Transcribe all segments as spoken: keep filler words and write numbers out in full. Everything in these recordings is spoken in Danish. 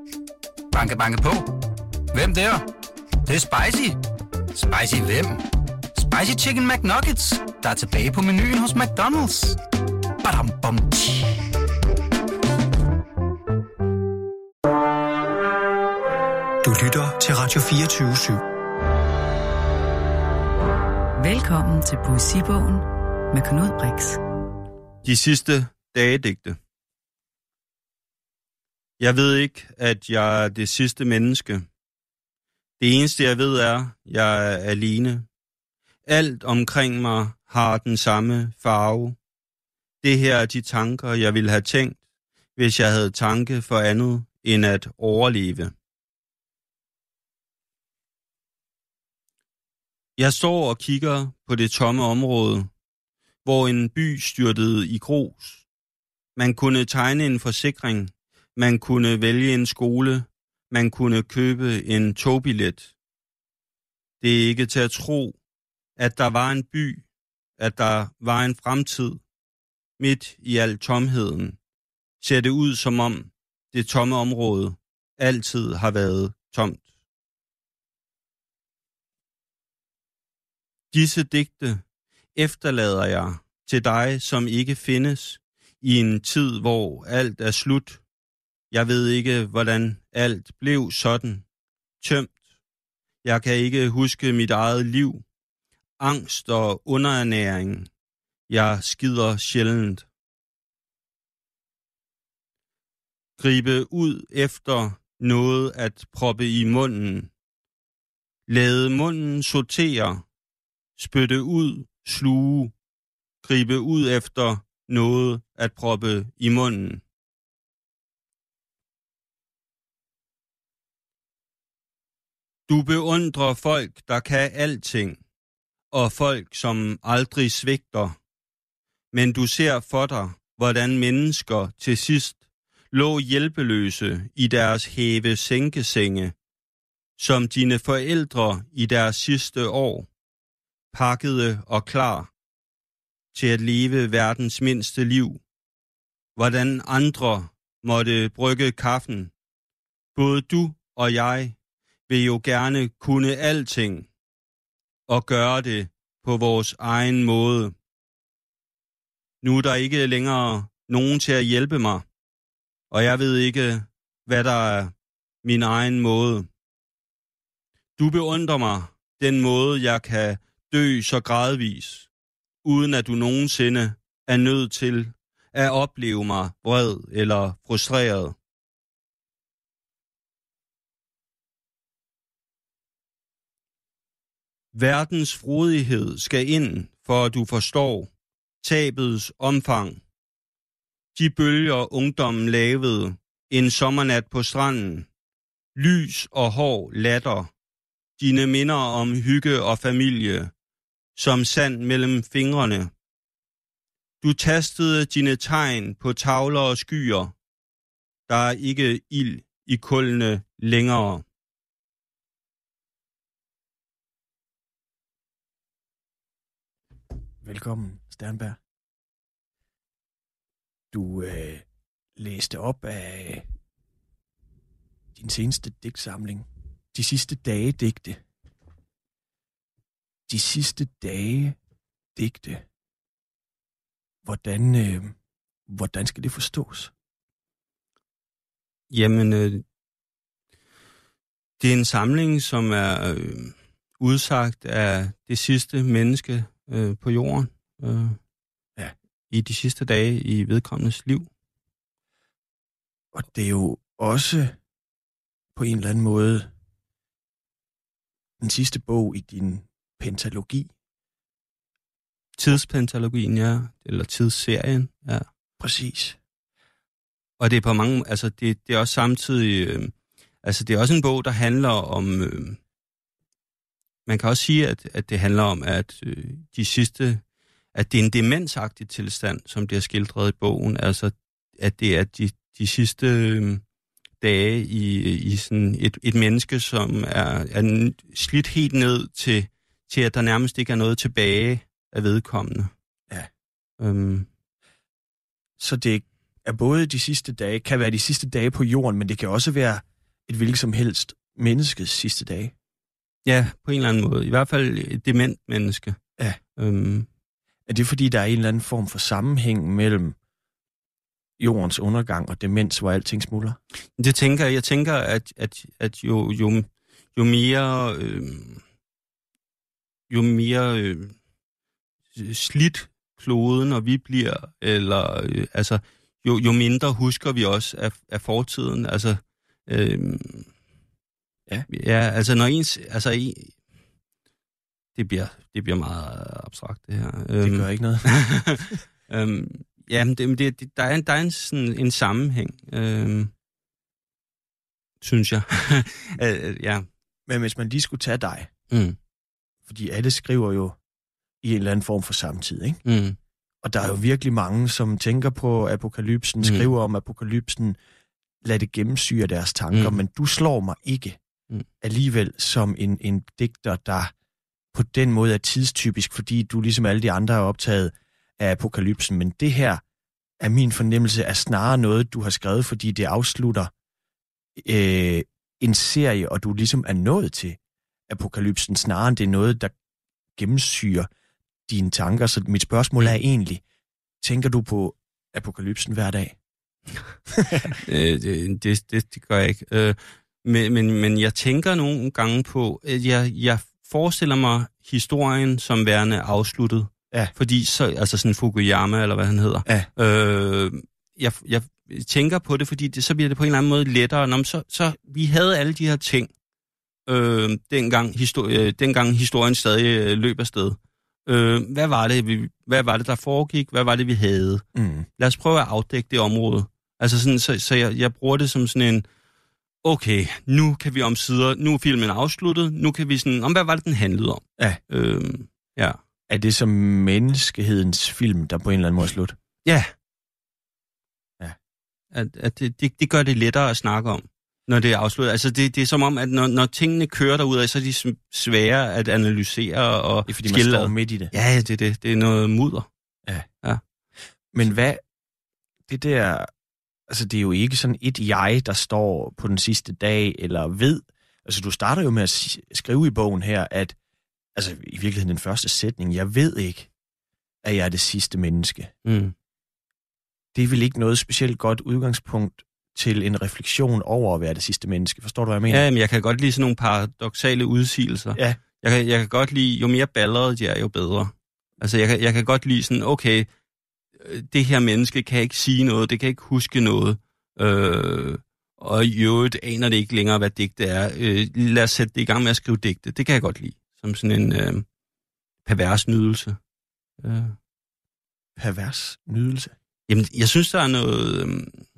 Banke, banke på. Hvem der? Det, det er spicy. Spicy hvem? Spicy Chicken McNuggets, der er tilbage på menuen hos McDonald's. Badum, bom, Du lytter til Radio fireogtyve syv. Velkommen til Poesibogen med Knud Brix. De sidste dagedigte. Jeg ved ikke, at jeg er det sidste menneske. Det eneste, jeg ved, er, at jeg er alene. Alt omkring mig har den samme farve. Det her er de tanker, jeg ville have tænkt, hvis jeg havde tanke for andet end at overleve. Jeg står og kigger på det tomme område, hvor en by styrtede i grus. Man kunne tegne en forsikring, man kunne vælge en skole, man kunne købe en togbillet. Det er ikke til at tro, at der var en by, at der var en fremtid. Midt i al tomheden ser det ud som om det tomme område altid har været tomt. Disse digte efterlader jeg til dig, som ikke findes, i en tid, hvor alt er slut. Jeg ved ikke, hvordan alt blev sådan. Tømt. Jeg kan ikke huske mit eget liv. Angst og underernæring. Jeg skider sjældent. Gribe ud efter noget at proppe i munden. Lade munden sortere. Spytte ud, sluge. Gribe ud efter noget at proppe i munden. Du beundrer folk, der kan alting, og folk, som aldrig svigter. Men du ser for dig, hvordan mennesker til sidst lå hjælpeløse i deres hæve-sænkesenge, som dine forældre i deres sidste år, pakkede og klar til at leve verdens mindste liv. Hvordan andre måtte brygge kaffen. Både du og jeg vil jo gerne kunne alting og gøre det på vores egen måde. Nu er der ikke længere nogen til at hjælpe mig, og jeg ved ikke, hvad der er min egen måde. Du beundrer mig den måde, jeg kan dø så gradvis, uden at du nogensinde er nødt til at opleve mig vred eller frustreret. Verdens frodighed skal ind, for at du forstår tabets omfang. De bølger ungdommen lavede en sommernat på stranden. Lys og hård latter. Dine minder om hygge og familie, som sand mellem fingrene. Du tastede dine tegn på tavler og skyer. Der er ikke ild i kullene længere. Velkommen, Sternberg. Du øh, læste op af din seneste digtsamling. De sidste dage digte. De sidste dage digte. Hvordan, øh, hvordan skal det forstås? Jamen, øh, det er en samling, som er øh, udsagt af det sidste menneske øh, på jorden. Øh, ja. I de sidste dage i vedkommendes liv. Og det er jo også på en eller anden måde den sidste bog i din pentalogi. Tidspentalogien, ja. Eller tidsserien, ja. Præcis. Og det er på mange, altså det, det er også samtidig, øh, altså det er også en bog, der handler om, øh, man kan også sige, at, at det handler om, at øh, de sidste, at det er en demensagtig tilstand, som det er skildret i bogen, altså at det er de, de sidste øh, dage i, i sådan et, et menneske, som er, er slidt helt ned til, til, at der nærmest ikke er noget tilbage af vedkommende. Ja. Øhm. Så det er både de sidste dage, kan være de sidste dage på jorden, men det kan også være et hvilket som helst menneskets sidste dage. Ja, på en eller anden måde. I hvert fald et dement menneske. Ja. Øhm. Er det fordi, der er en eller anden form for sammenhæng mellem jordens undergang og demens, hvor alting smuldrer? Det tænker jeg. Jeg tænker, at, at, at jo, jo, jo mere, øh, jo mere øh, slidt kloden, og vi bliver, eller øh, altså, jo, jo mindre husker vi også af, af fortiden. Altså, øh, ja. ja, altså når ens, altså i, det bliver, det bliver meget abstrakt det her. Det gør ikke noget. øhm, ja, men det, det, der er, en, der er en, sådan, en sammenhæng, øhm, synes jeg. ja. Men hvis man lige skulle tage dig, mm. fordi alle skriver jo i en eller anden form for samtid, ikke? Mm. Og der er jo virkelig mange, som tænker på apokalypsen, mm. skriver om apokalypsen, lad det gennemsyre deres tanker, mm. men du slår mig ikke mm. alligevel som en, en digter, der på den måde er tidstypisk, fordi du ligesom alle de andre er optaget af apokalypsen, men det her er min fornemmelse af snarere noget, du har skrevet, fordi det afslutter øh, en serie, og du ligesom er nået til apokalypsen, snarere end det er noget, der gennemsyrer dine tanker. Så mit spørgsmål er egentlig, tænker du på apokalypsen hver dag? øh, det, det, det gør jeg ikke. Øh, men, men, men jeg tænker nogle gange på, at jeg, jeg forestiller mig historien som værende afsluttet. Ja. Fordi så, altså sådan Fukuyama, eller hvad han hedder. Ja. Øh, jeg, jeg tænker på det, fordi det, så bliver det på en eller anden måde lettere. Nå, så, så vi havde alle de her ting, øh, dengang, histori- dengang historien stadig løb afsted. Øh, hvad var det, vi, hvad var det, der foregik? Hvad var det, vi havde? Mm. Lad os prøve at afdække det område. Altså sådan, så, så jeg, jeg bruger det som sådan en, okay, nu kan vi omsider, nu er filmen afsluttet, nu kan vi sådan, om hvad var det, den handlede om? Ja. Øh, ja. Er det som menneskehedens film, der på en eller anden måde er slut? Ja. Ja. At, at det, det, det gør det lettere at snakke om, når det er afsluttet. Altså det, det er som om, at når, når tingene kører derudad, så er de svære at analysere og det er, fordi man står midt i det. Ja, det er det. Det er noget mudder. Ja. Ja. Men hvad, det der, altså det er jo ikke sådan et jeg, der står på den sidste dag, eller ved, altså du starter jo med at skrive i bogen her, at altså i virkeligheden den første sætning, jeg ved ikke, at jeg er det sidste menneske. Mm. Det er vel ikke noget specielt godt udgangspunkt til en refleksion over at være det sidste menneske. Forstår du, hvad jeg mener? Ja, men jeg kan godt lide sådan nogle paradoksale udsigelser. Ja. Jeg kan, jeg kan godt lide, jo mere balleret de er, jo bedre. Altså jeg kan, jeg kan godt lide sådan, okay, det her menneske kan ikke sige noget, det kan ikke huske noget, øh, og i øvrigt aner det ikke længere, hvad digte er. Øh, lad os sætte det i gang med at skrive digte. Det kan jeg godt lide. Som sådan en øh, pervers nydelse. Øh. Pervers nydelse? Jamen, jeg synes, der er noget øh,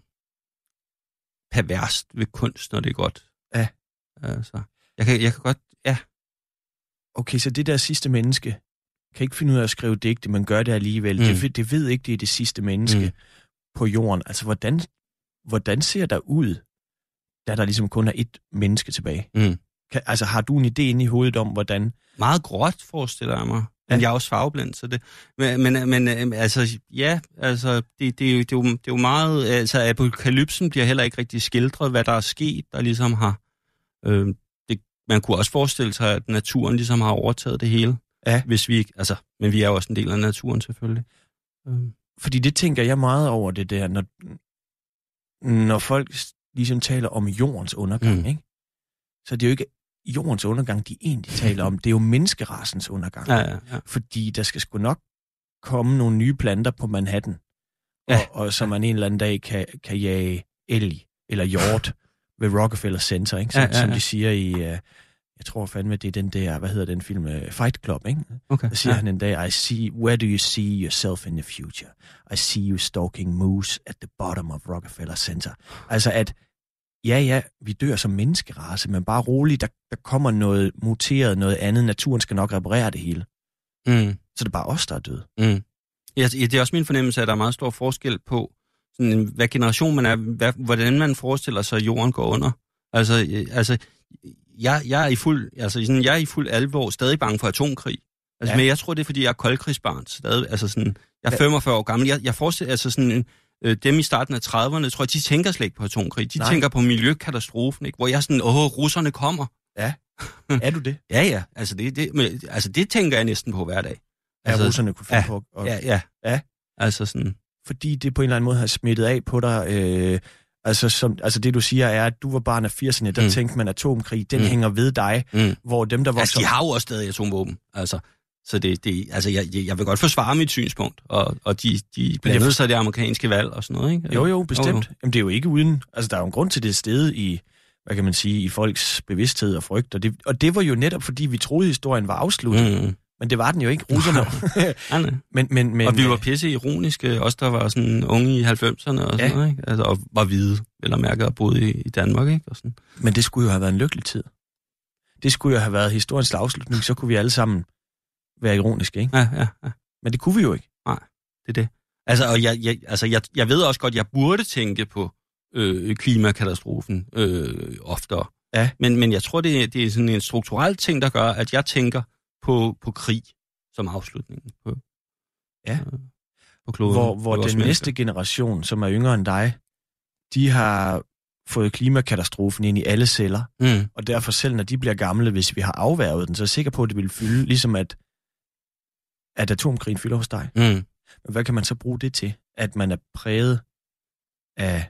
perverst ved kunst, når det er godt. Ja. Altså, jeg kan, jeg kan godt, ja. Okay, så det der sidste menneske kan ikke finde ud af at skrive digte, men gør det alligevel. Mm. Det, det ved ikke, det er det sidste menneske mm. på jorden. Altså, hvordan, hvordan ser der ud, da der ligesom kun er ét menneske tilbage? Mm. Kan, altså, har du en idé inde i hovedet om, hvordan... Meget gråt, forestiller jeg mig. Men ja. Jeg er også farveblind, så det... Men, men, men altså, ja, altså, det, det, er jo, det, er jo, det er jo meget... Altså, apokalypsen bliver heller ikke rigtig skildret, hvad der er sket, der ligesom har... Øh, det, man kunne også forestille sig, at naturen ligesom har overtaget det hele. Ja. Hvis vi ikke... Altså, men vi er jo også en del af naturen, selvfølgelig. Øh. Fordi det tænker jeg meget over, det der, når, når folk ligesom taler om jordens undergang, mm. ikke? Så det er jo ikke jordens undergang, de egentlig taler om. Det er jo menneskeracens undergang. Ja, ja, ja. Fordi der skal sgu nok komme nogle nye planter på Manhattan, ja. og, og så man en eller anden dag kan, kan jage elg eller hjort ved Rockefeller Center, ikke? Som, ja, ja, ja. som de siger i, uh, jeg tror fandme, det er den der, hvad hedder den film, uh, Fight Club, ikke? Okay. Der siger ja. han en dag, I see, where do you see yourself in the future? I see you stalking moose at the bottom of Rockefeller Center. Altså at ja, ja, vi dør som menneskerace, men bare roligt, der, der kommer noget muteret, noget andet. Naturen skal nok reparere det hele. Mm. Så det er bare os, der er døde. Mm. Ja, det er også min fornemmelse, at der er meget stor forskel på, sådan, hvad generation man er, hvad, hvordan man forestiller sig, at jorden går under. Altså, altså jeg, jeg, er i fuld, altså sådan, jeg er i fuld alvor stadig bange for atomkrig. Altså, ja. Men jeg tror, det er, fordi jeg er koldkrigsbarn. Stadig, altså sådan, jeg er femogfyrre år gammel. Jeg, jeg forestiller, altså sådan, Øh, dem i starten af trediverne, tror jeg, de tænker slet ikke på atomkrig. De Nej. tænker på miljøkatastrofen, ikke? Hvor jeg sådan, åh, russerne kommer. Ja, er du det? Ja, ja. Altså det, det, men, altså, det tænker jeg næsten på hver dag. Ja, Altså, russerne kunne finde ja, på. Og, ja, ja. ja. Altså sådan... Fordi det på en eller anden måde har smittet af på dig. Øh, altså, som, altså det, du siger, er, at du var barn af firserne, der mm. tænkte man, atomkrig, den mm. hænger ved dig, mm. hvor dem, der vokser... Altså, de har jo også stadig atomvåben. Altså, så det, det, altså jeg, jeg vil godt forsvare mit synspunkt, og, og de, de blandede sig det amerikanske valg og sådan noget, ikke? Jo, jo, bestemt. Jo, jo. Jamen, det er jo ikke uden... Altså, der er jo en grund til det sted i, hvad kan man sige, i folks bevidsthed og frygt, og det, og det var jo netop, fordi vi troede, historien var afsluttet. Mm. Men det var den jo ikke, russerne. ja, nej. men, men, men, og vi var pisse ironiske, os der var sådan unge i halvfemserne og sådan ja. noget, ikke? Altså, og var hvide, eller mærket og boede i, i Danmark, ikke? Og sådan. Men det skulle jo have været en lykkelig tid. Det skulle jo have været historiens afslutning, så kunne vi alle sammen være ironiske, ikke? Ja, ja, ja. Men det kunne vi jo ikke. Nej, det er det. Altså, og jeg, jeg, altså, jeg, jeg ved også godt, jeg burde tænke på øh, klimakatastrofen øh, oftere. Ja. Men, men jeg tror, det, det er sådan en strukturel ting, der gør, at jeg tænker på, på krig som afslutningen på, ja. øh, på kloden. Hvor, hvor den mennesker. Næste generation, som er yngre end dig, de har fået klimakatastrofen ind i alle celler, mm. og derfor selv når de bliver gamle, hvis vi har afværget den, så er jeg sikker på, at det vil fylde, ligesom at, at atomkrigen fylder hos dig. Mm. Men hvad kan man så bruge det til? At man er præget af...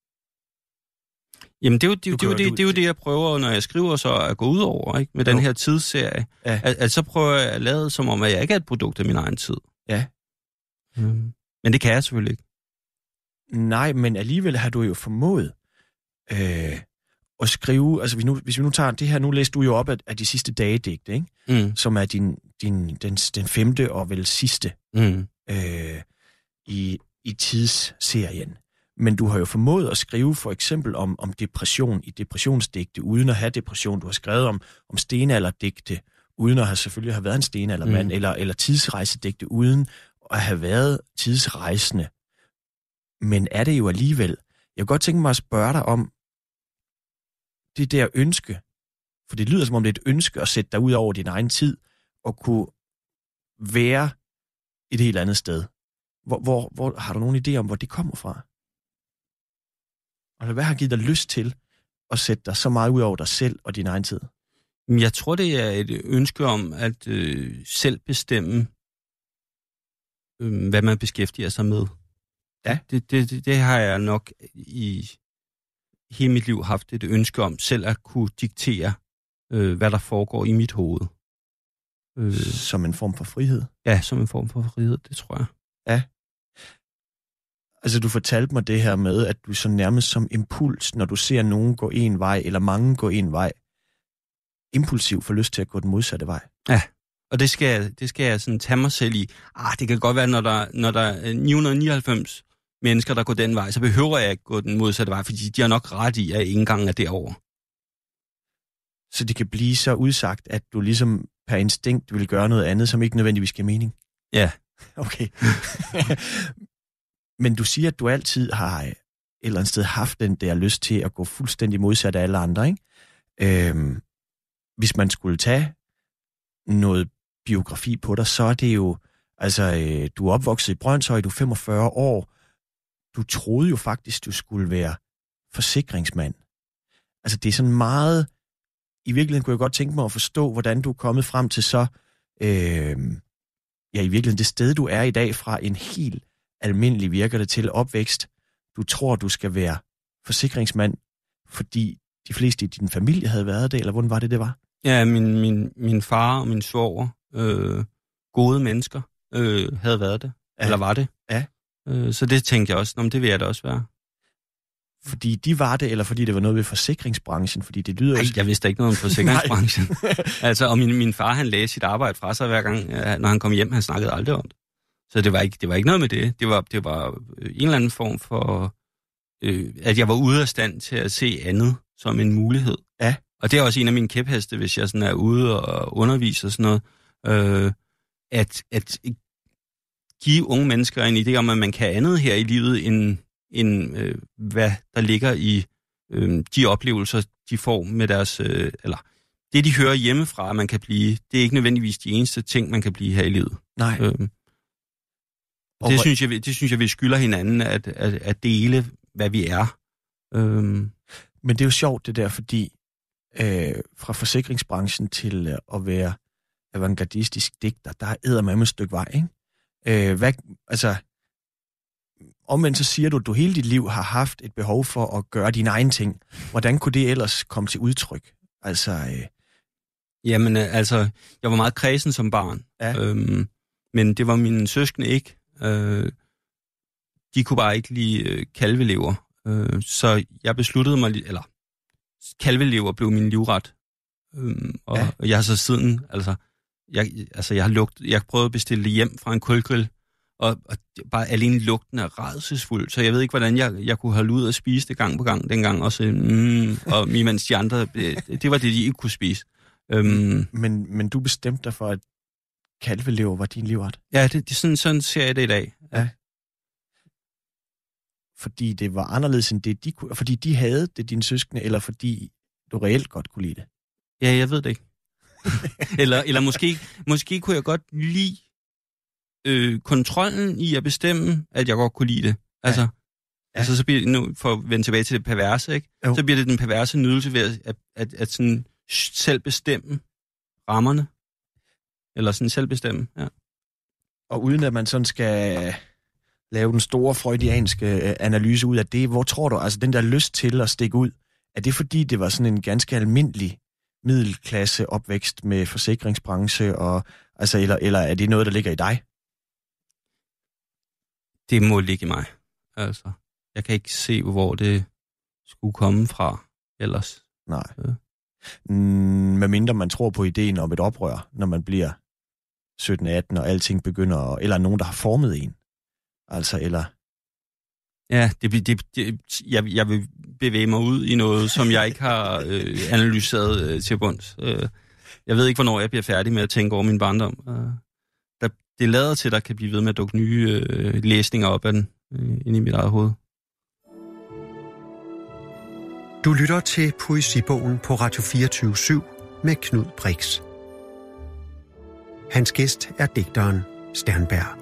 Jamen, det er, jo, det, det, det, det, det er jo det, jeg prøver, når jeg skriver så, at gå ud over, ikke? Med jo. Den her tidsserie. Ja. At, at så prøver jeg at lade som om, at jeg ikke er et produkt af min egen tid. Ja. Mm. Men det kan jeg selvfølgelig ikke. Nej, men alligevel har du jo formået øh, at skrive... Altså, hvis, nu, hvis vi nu tager det her... Nu læste du jo op af, af de sidste dagedigte, ikke? Mm. Som er din, din, den, den femte og vel sidste mm. øh, i, i tidsserien. Men du har jo formået at skrive for eksempel om, om depression i depressionsdigte, uden at have depression. Du har skrevet om, om stenalderdigte, uden at have selvfølgelig have været en stenaldermand, mm. eller, eller tidsrejsedigte, uden at have været tidsrejsende. Men er det jo alligevel... Jeg kunne godt tænke mig at spørge dig om det der ønske, for det lyder som om det er et ønske at sætte dig ud over din egen tid, og kunne være et helt andet sted. Hvor, hvor, hvor har du nogen idé om, hvor det kommer fra? Og hvad har givet dig lyst til at sætte dig så meget ud over dig selv og din egen tid? Jeg tror, det er et ønske om at øh, selv bestemme, øh, hvad man beskæftiger sig med. Ja. Det, det, det, det har jeg nok i hele mit liv haft et ønske om, selv at kunne diktere, øh, hvad der foregår i mit hoved. Øh, som en form for frihed? Ja, som en form for frihed, det tror jeg. Ja. Altså, du fortalte mig det her med, at du så nærmest som impuls, når du ser nogen gå en vej, eller mange gå en vej, impulsivt får lyst til at gå den modsatte vej. Ja, og det skal jeg, det skal jeg sådan tage mig selv i. Ah, det kan godt være, når der, når der er ni hundrede nioghalvfems mennesker, der går den vej, så behøver jeg ikke gå den modsatte vej, fordi de har nok ret i, at ingen gang er derovre. Så det kan blive så udsagt, at du ligesom per instinkt vil gøre noget andet, som ikke nødvendigvis giver mening? Ja. Okay. Men du siger, at du altid har et eller andet sted haft den der lyst til at gå fuldstændig modsat af alle andre, ikke? Øhm, hvis man skulle tage noget biografi på dig, så er det jo, altså, øh, du er opvokset i Brønshøj, du er femogfyrre år, du troede jo faktisk, du skulle være forsikringsmand. Altså, det er sådan meget, i virkeligheden kunne jeg godt tænke mig at forstå, hvordan du er kommet frem til så, øh, ja, i virkeligheden det sted, du er i dag, fra en helt almindelig, virker det til, opvækst. Du tror, du skal være forsikringsmand, fordi de fleste i din familie havde været det, eller hvordan var det, det var? Ja, min, min, min far og min svoger, øh, gode mennesker, øh, havde været det, ja. Eller var det. Ja. Øh, så det tænkte jeg også, nå, det vil jeg da også være. Fordi de var det, eller fordi det var noget ved forsikringsbranchen? Fordi det lyder... Ej, jeg vidste ikke noget om forsikringsbranchen. altså, og min, min far, han lagde sit arbejde fra sig hver gang, når han kom hjem, han snakkede aldrig om det. Så det var ikke, det var ikke noget med det. Det var, det var en eller anden form for, øh, at jeg var ude af stand til at se andet som en mulighed. Ja. Og det er også en af mine kæpheste, hvis jeg sådan er ude og underviser og sådan noget, øh, at, at give unge mennesker en idé om, at man kan andet her i livet, end, end øh, hvad der ligger i øh, de oplevelser, de får med deres, øh, eller det, de hører hjemmefra, at man kan blive, det er ikke nødvendigvis de eneste ting, man kan blive her i livet. Nej. Øh, Det, hvor... synes jeg, det synes jeg, vi skylder hinanden at, at, at dele, hvad vi er. Øhm. Men det er jo sjovt det der, fordi øh, fra forsikringsbranchen til øh, at være avantgardistisk digter, der er eddermame et stykke vej, ikke? Øh, hvad, altså, omvendt så siger du, at du hele dit liv har haft et behov for at gøre dine egne ting. Hvordan kunne det ellers komme til udtryk? Altså... Øh... Jamen, altså, jeg var meget kredsen som barn. Ja. Øhm, men det var mine søskende ikke. Øh, de kunne bare ikke lide øh, kalvelever. Øh, så jeg besluttede mig, eller kalvelever blev min livret. Øh, og, ja. og jeg har så siden, altså, jeg, altså, jeg har lugt, jeg prøvede at bestille det hjem fra en kulgrill, og, og bare alene lugten er rædselsfuld, så jeg ved ikke, hvordan jeg, jeg kunne holde ud og spise det gang på gang dengang, og så, mm, og mens de andre, det, det var det, de ikke kunne spise. Øhm, men, men du bestemte dig for, at kalvelever var din livret? Ja, det, det, sådan, sådan ser jeg det i dag. Ja. Fordi det var anderledes end det, de kunne, fordi de havde det, dine søskende, eller fordi du reelt godt kunne lide det? Ja, jeg ved det ikke. eller eller måske, måske kunne jeg godt lide øh, kontrollen i at bestemme, at jeg godt kunne lide det. Altså, ja. altså så bliver det, nu, for at vende tilbage til det perverse, ikke? Jo. Så bliver det den perverse nydelse ved at, at, at, at sådan selv bestemme rammerne. Eller sådan selv bestemme, ja. Og uden at man sådan skal lave den store freudianske analyse ud af det, hvor tror du, altså den der lyst til at stikke ud, er det fordi, det var sådan en ganske almindelig middelklasse opvækst med forsikringsbranche, og, altså, eller, eller er det noget, der ligger i dig? Det må ligge i mig. Altså, jeg kan ikke se, hvor det skulle komme fra ellers. Nej. Ja. Mm, medmindre man tror på ideen om et oprør, når man bliver sytten atten, og alting begynder, eller nogen, der har formet en. Altså, eller... Ja, det, det, det, jeg, jeg vil bevæge mig ud i noget, som jeg ikke har øh, analyseret øh, til bunds. Øh, jeg ved ikke, hvornår jeg bliver færdig med at tænke over min barndom. Øh, der, det lader til, at der kan blive ved med at dukke nye øh, læsninger op af den, øh, inde i mit eget hoved. Du lytter til Poesibogen på Radio fireogtyve syv med Knud Brix. Hans gæst er digteren Sternberg.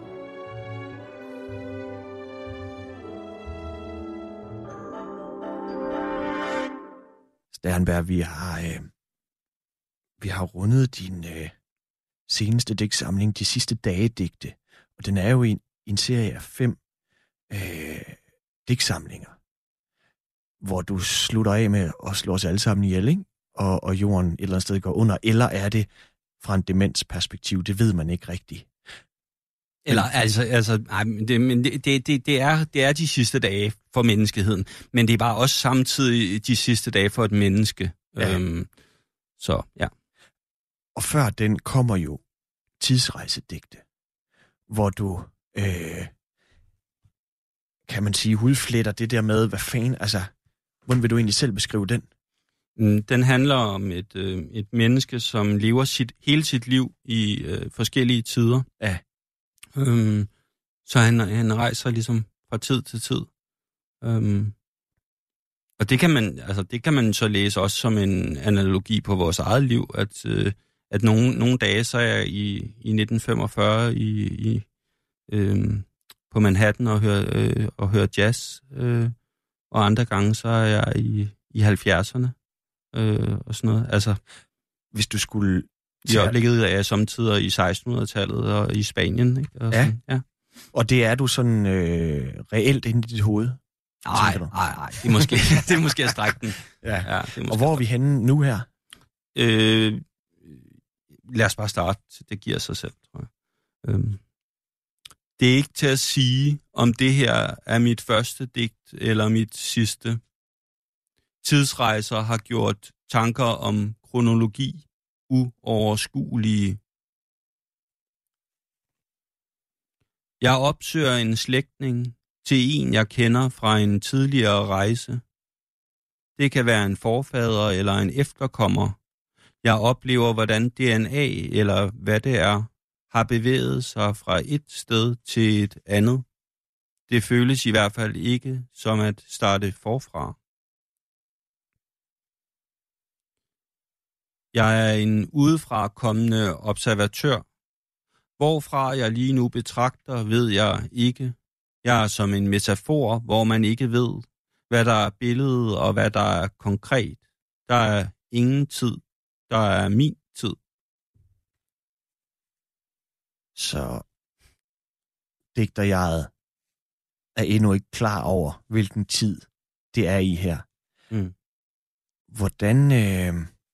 Sternberg, vi har, øh, vi har rundet din øh, seneste digtsamling, De sidste dage digte, og den er jo en, en serie af fem øh, digtsamlinger, hvor du slutter af med at slå os alle sammen ihjel, ikke? Og, og jorden et eller andet sted går under, eller er det fra en demensperspektiv, det ved man ikke rigtigt. Eller altså, altså nej, det, men det, det, det, er, det er de sidste dage for menneskeheden, men det er bare også samtidig de sidste dage for et menneske. Ja. Øhm, så, ja. Og før den kommer jo tidsrejsedigte, hvor du, øh, kan man sige, hudfletter det der med, hvad fanden, altså, hvordan vil du egentlig selv beskrive den? Den handler om et, øh, et menneske, som lever sit, hele sit liv i øh, forskellige tider. Ja. Øhm, så han, han rejser ligesom fra tid til tid. Øhm, og det kan man, altså det kan man så læse også som en analogi på vores eget liv, at, øh, at nogle, nogle dage så er jeg i, i nitten femogfyrre i, i, øh, på Manhattan og hører, øh, og hører jazz, øh, og andre gange så er jeg i, i halvfjerdserne øh, og sådan noget. Altså, hvis du skulle... I øjeblikket er jeg samtidig i sekstenhundredetallet og i Spanien, ikke? Og ja. Sådan, ja. Og det er du sådan øh, reelt inde i dit hoved? Nej, nej, nej. Det er måske, det er måske at strække den. Ja. Ja, det er og hvor er vi henne nu her? Øh, lad os bare starte. Det giver sig selv, tror jeg. Øhm, det er ikke til at sige, om det her er mit første digt eller mit sidste. Tidsrejser har gjort tanker om kronologi uoverskuelige. Jeg opsøger en slægtning til en, jeg kender fra en tidligere rejse. Det kan være en forfader eller en efterkommer. Jeg oplever, hvordan D N A, eller hvad det er, har bevæget sig fra et sted til et andet. Det føles i hvert fald ikke som at starte forfra. Jeg er en udefra kommende observatør, Hvorfra jeg lige nu betragter, ved jeg ikke. Jeg er som en metafor, hvor man ikke ved, hvad der er billede og hvad der er konkret. Der er ingen tid. Der er min tid. Så digterjeget er endnu ikke klar over, hvilken tid det er i her. Mm. Hvordan, øh,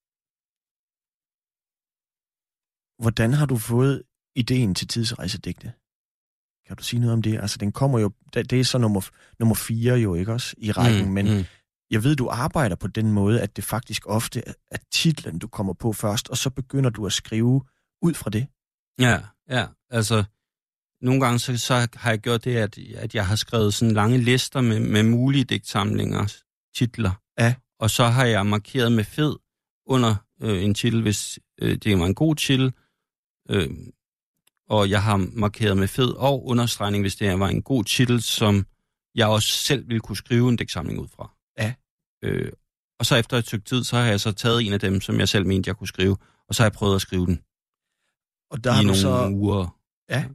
hvordan har du fået ideen til tidsrejsedigte? Kan du sige noget om det? Altså, den kommer jo, det er så nummer, nummer fire jo, ikke også, i rækken, mm, men mm. jeg ved, du arbejder på den måde, at det faktisk ofte er titlen, du kommer på først, og så begynder du at skrive ud fra det. Ja, ja, altså, nogle gange så, så har jeg gjort det, at, at jeg har skrevet sådan lange lister med, med mulige digtsamlingers titler. Ja. Og så har jeg markeret med fed under øh, en titel, hvis øh, det var en god titel, øh, og jeg har markeret med fed og understregning, hvis det var en god titel, som jeg også selv ville kunne skrive en digtsamling ud fra. Ja. Øh, og så efter et stykke tid, så har jeg så taget en af dem, som jeg selv mente, jeg kunne skrive, og så har jeg prøvet at skrive den. Og der i har nogle du så... uger. Ja.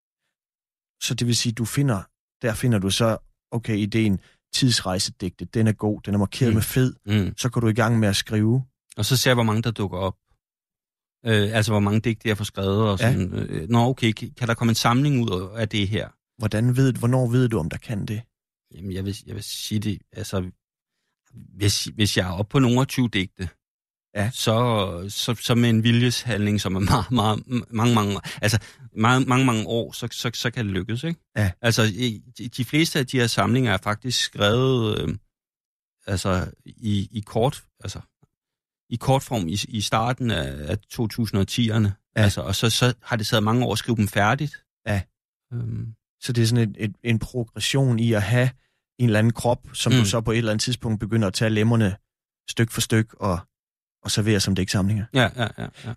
Så det vil sige, du finder, der finder du så, okay, ideen tidsrejsedigte, den er god, den er markeret mm. med fed, mm. så går du i gang med at skrive. Og så ser jeg, hvor mange der dukker op. Øh, altså, hvor mange digte jeg får skrevet. Og sådan. Ja. Nå, okay, kan der komme en samling ud af det her? Hvordan ved, hvornår ved du, om der kan det? Jamen, jeg vil, jeg vil sige det, altså, hvis, hvis jeg er oppe på nogle af tyve digte, ja. så, så, så med en viljeshandling, som er meget, meget, mange, mange, altså, meget, mange, mange år, så, så, så kan det lykkes, ikke? Ja. Altså, de, de fleste af de her samlinger er faktisk skrevet, øh, altså, i, i kort, altså, i kortform i, i starten af, af to tusind og tierne. Ja. Altså, og så, så har det taget mange år at skrive dem færdigt. Ja. Øhm. Så det er sådan et, et, en progression i at have en eller anden krop, som mm. du så på et eller andet tidspunkt begynder at tage lemmerne styk for styk og, og servere som digtsamlinger. Ja, ja, ja. ja.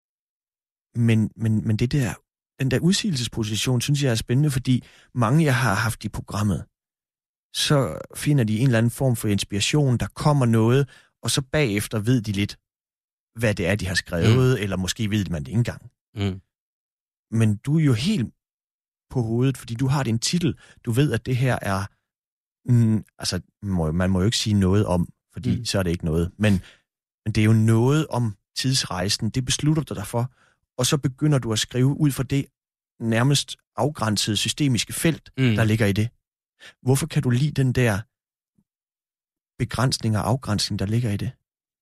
Men, men, men det der, den der udsigelsesposition, synes jeg er spændende, fordi mange, jeg har haft i programmet, så finder de en eller anden form for inspiration, der kommer noget, og så bagefter ved de lidt, hvad det er, de har skrevet, mm. eller måske ved man det ikke engang. Mm. Men du er jo helt på hovedet, fordi du har din titel. Du ved, at det her er... Mm, altså, må, man må jo ikke sige noget om, fordi mm. så er det ikke noget. Men, men det er jo noget om tidsrejsen. Det beslutter du dig for, og så begynder du at skrive ud fra det nærmest afgrænsede systemiske felt, mm. der ligger i det. Hvorfor kan du lide den der begrænsning og afgrænsning, der ligger i det?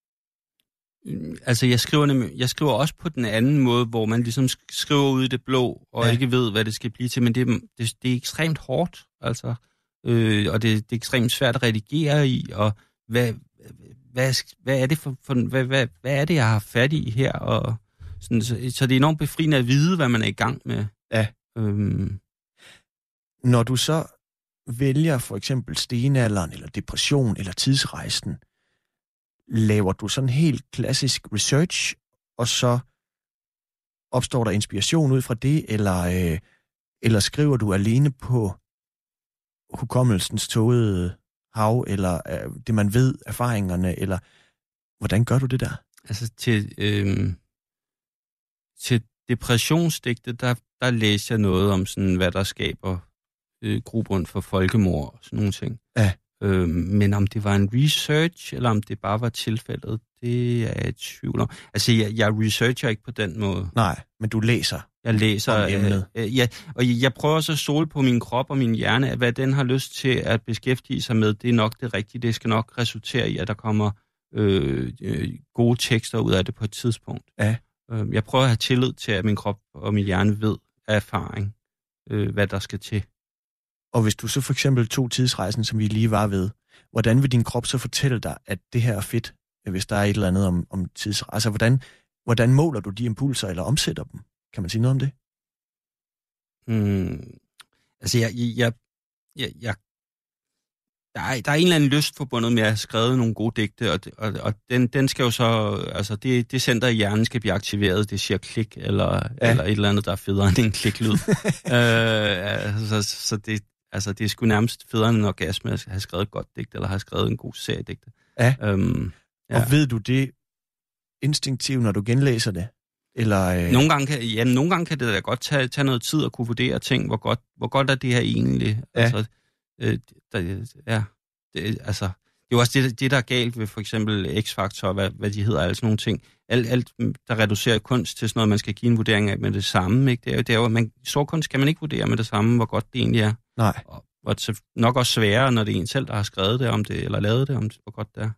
Altså, jeg skriver, nemlig, jeg skriver også på den anden måde, hvor man ligesom skriver ud i det blå, og ja. ikke ved, hvad det skal blive til, men det, det, det er ekstremt hårdt, altså, øh, og det, det er ekstremt svært at redigere i, og hvad, hvad, hvad er det for, for hvad, hvad, hvad er det, jeg har fat i her, og sådan, så, så det er enormt befriende at vide, hvad man er i gang med. Ja. Øhm. Når du så vælger for eksempel stenalderen, eller depression, eller tidsrejsen, laver du sådan helt klassisk research, og så opstår der inspiration ud fra det, eller, øh, eller skriver du alene på hukommelsens tågede hav, eller øh, det man ved, erfaringerne, eller hvordan gør du det der? Altså til, øh, til depressionsdigte, der, der læser jeg noget om, sådan, hvad der skaber øh, grobund for folkemord og sådan nogle ting. Ja. Øh, men om det var en research, eller om det bare var tilfældet, det er jeg i tvivl om. Altså, jeg, jeg researcher ikke på den måde. Nej, men du læser. Jeg læser om emnet. Øh, øh, ja, og jeg, jeg prøver så at stole på min krop og min hjerne, at hvad den har lyst til at beskæftige sig med, det er nok det rigtige. Det skal nok resultere i, at der kommer øh, øh, gode tekster ud af det på et tidspunkt. Ja. Øh, jeg prøver at have tillid til, at min krop og min hjerne ved af erfaring, øh, hvad der skal til. Og hvis du så for eksempel tog tidsrejsen, som vi lige var ved, hvordan vil din krop så fortælle dig, at det her er fedt, hvis der er et eller andet om, om tidsrejsen? Altså, hvordan, hvordan måler du de impulser, eller omsætter dem? Kan man sige noget om det? Mm, altså, jeg, jeg, jeg, jeg, der, er, der er en eller anden lyst forbundet med at have skrevet nogle gode digte, og, og, og den, den skal jo så, altså, det, det center i hjernen skal blive aktiveret, det siger klik, eller, ja. eller et eller andet, der er federe end en kliklyd. øh, altså, så det, altså, det er sgu nærmest federe end en orgasme at have skrevet et godt digt, eller have skrevet en god serie digte. Ja. Øhm, ja. Og ved du det instinktivt, når du genlæser det? Eller, øh... nogle, gange kan, ja, nogle gange kan det da godt tage, tage noget tid at kunne vurdere ting. Hvor godt, hvor godt er det her egentlig? Ja. Altså, øh, der, ja, det, altså, det er jo også det, det, der er galt ved for eksempel X-Factor, hvad, hvad de hedder, altså nogle ting. Alt, alt, der reducerer kunst til sådan noget, man skal give en vurdering af med det samme. Ikke? Det er jo, det er jo, man, stor kunst kan man ikke vurdere med det samme, hvor godt det egentlig er. Nej. Og, og nok også sværere, når det er en selv, der har skrevet det om det, eller lavet det om det, hvor godt det er.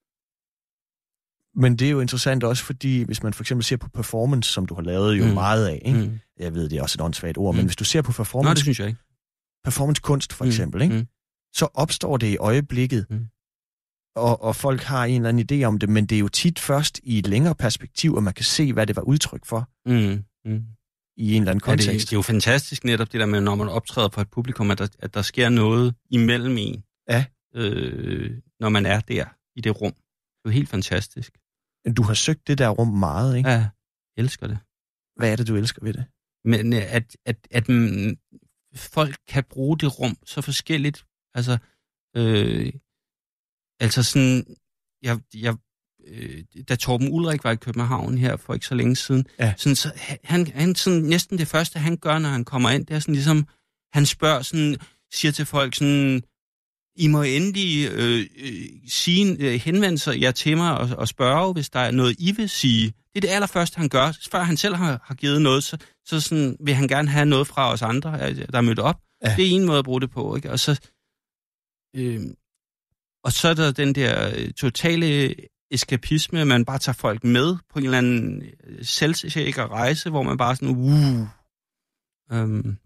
Men det er jo interessant også, fordi hvis man for eksempel ser på performance, som du har lavet jo mm. meget af, ikke? Mm. Jeg ved, det er også et åndssvagt ord, mm. men hvis du ser på performance... Nå, det synes jeg ikke. Performance-kunst for eksempel, mm. ikke? Mm. Så opstår det i øjeblikket, mm. og, og folk har en eller anden idé om det, men det er jo tit først i et længere perspektiv, at man kan se, hvad det var udtryk for mm. Mm. i en eller anden kontekst. Ja, det, det er jo fantastisk netop det der med, når man optræder for et publikum, at der, at der sker noget imellem en, ja. øh, når man er der i det rum. Det er jo helt fantastisk. Du har søgt det der rum meget, ikke? Ja, jeg elsker det. Hvad er det, du elsker ved det? Men at, at, at, at mm, folk kan bruge det rum så forskelligt. Altså, øh, altså sådan, jeg, jeg, øh, da Torben Ulrik var i København her for ikke så længe siden, ja. sådan, så han, han sådan, næsten det første, han gør, når han kommer ind, det er sådan ligesom, han spørger sådan, siger til folk sådan, I må endelig øh, øh, sige, øh, henvende sig jer til mig og, og spørge, hvis der er noget, I vil sige. Det er det allerførste, han gør. Før han selv har, har givet noget, så, så sådan, vil han gerne have noget fra os andre, der er mødt op. Ja. Det er en måde at bruge det på, ikke? Og så, øh, og så er der den der totale eskapisme, man bare tager folk med på en eller anden selvsikker rejse, hvor man bare sådan, uh, um,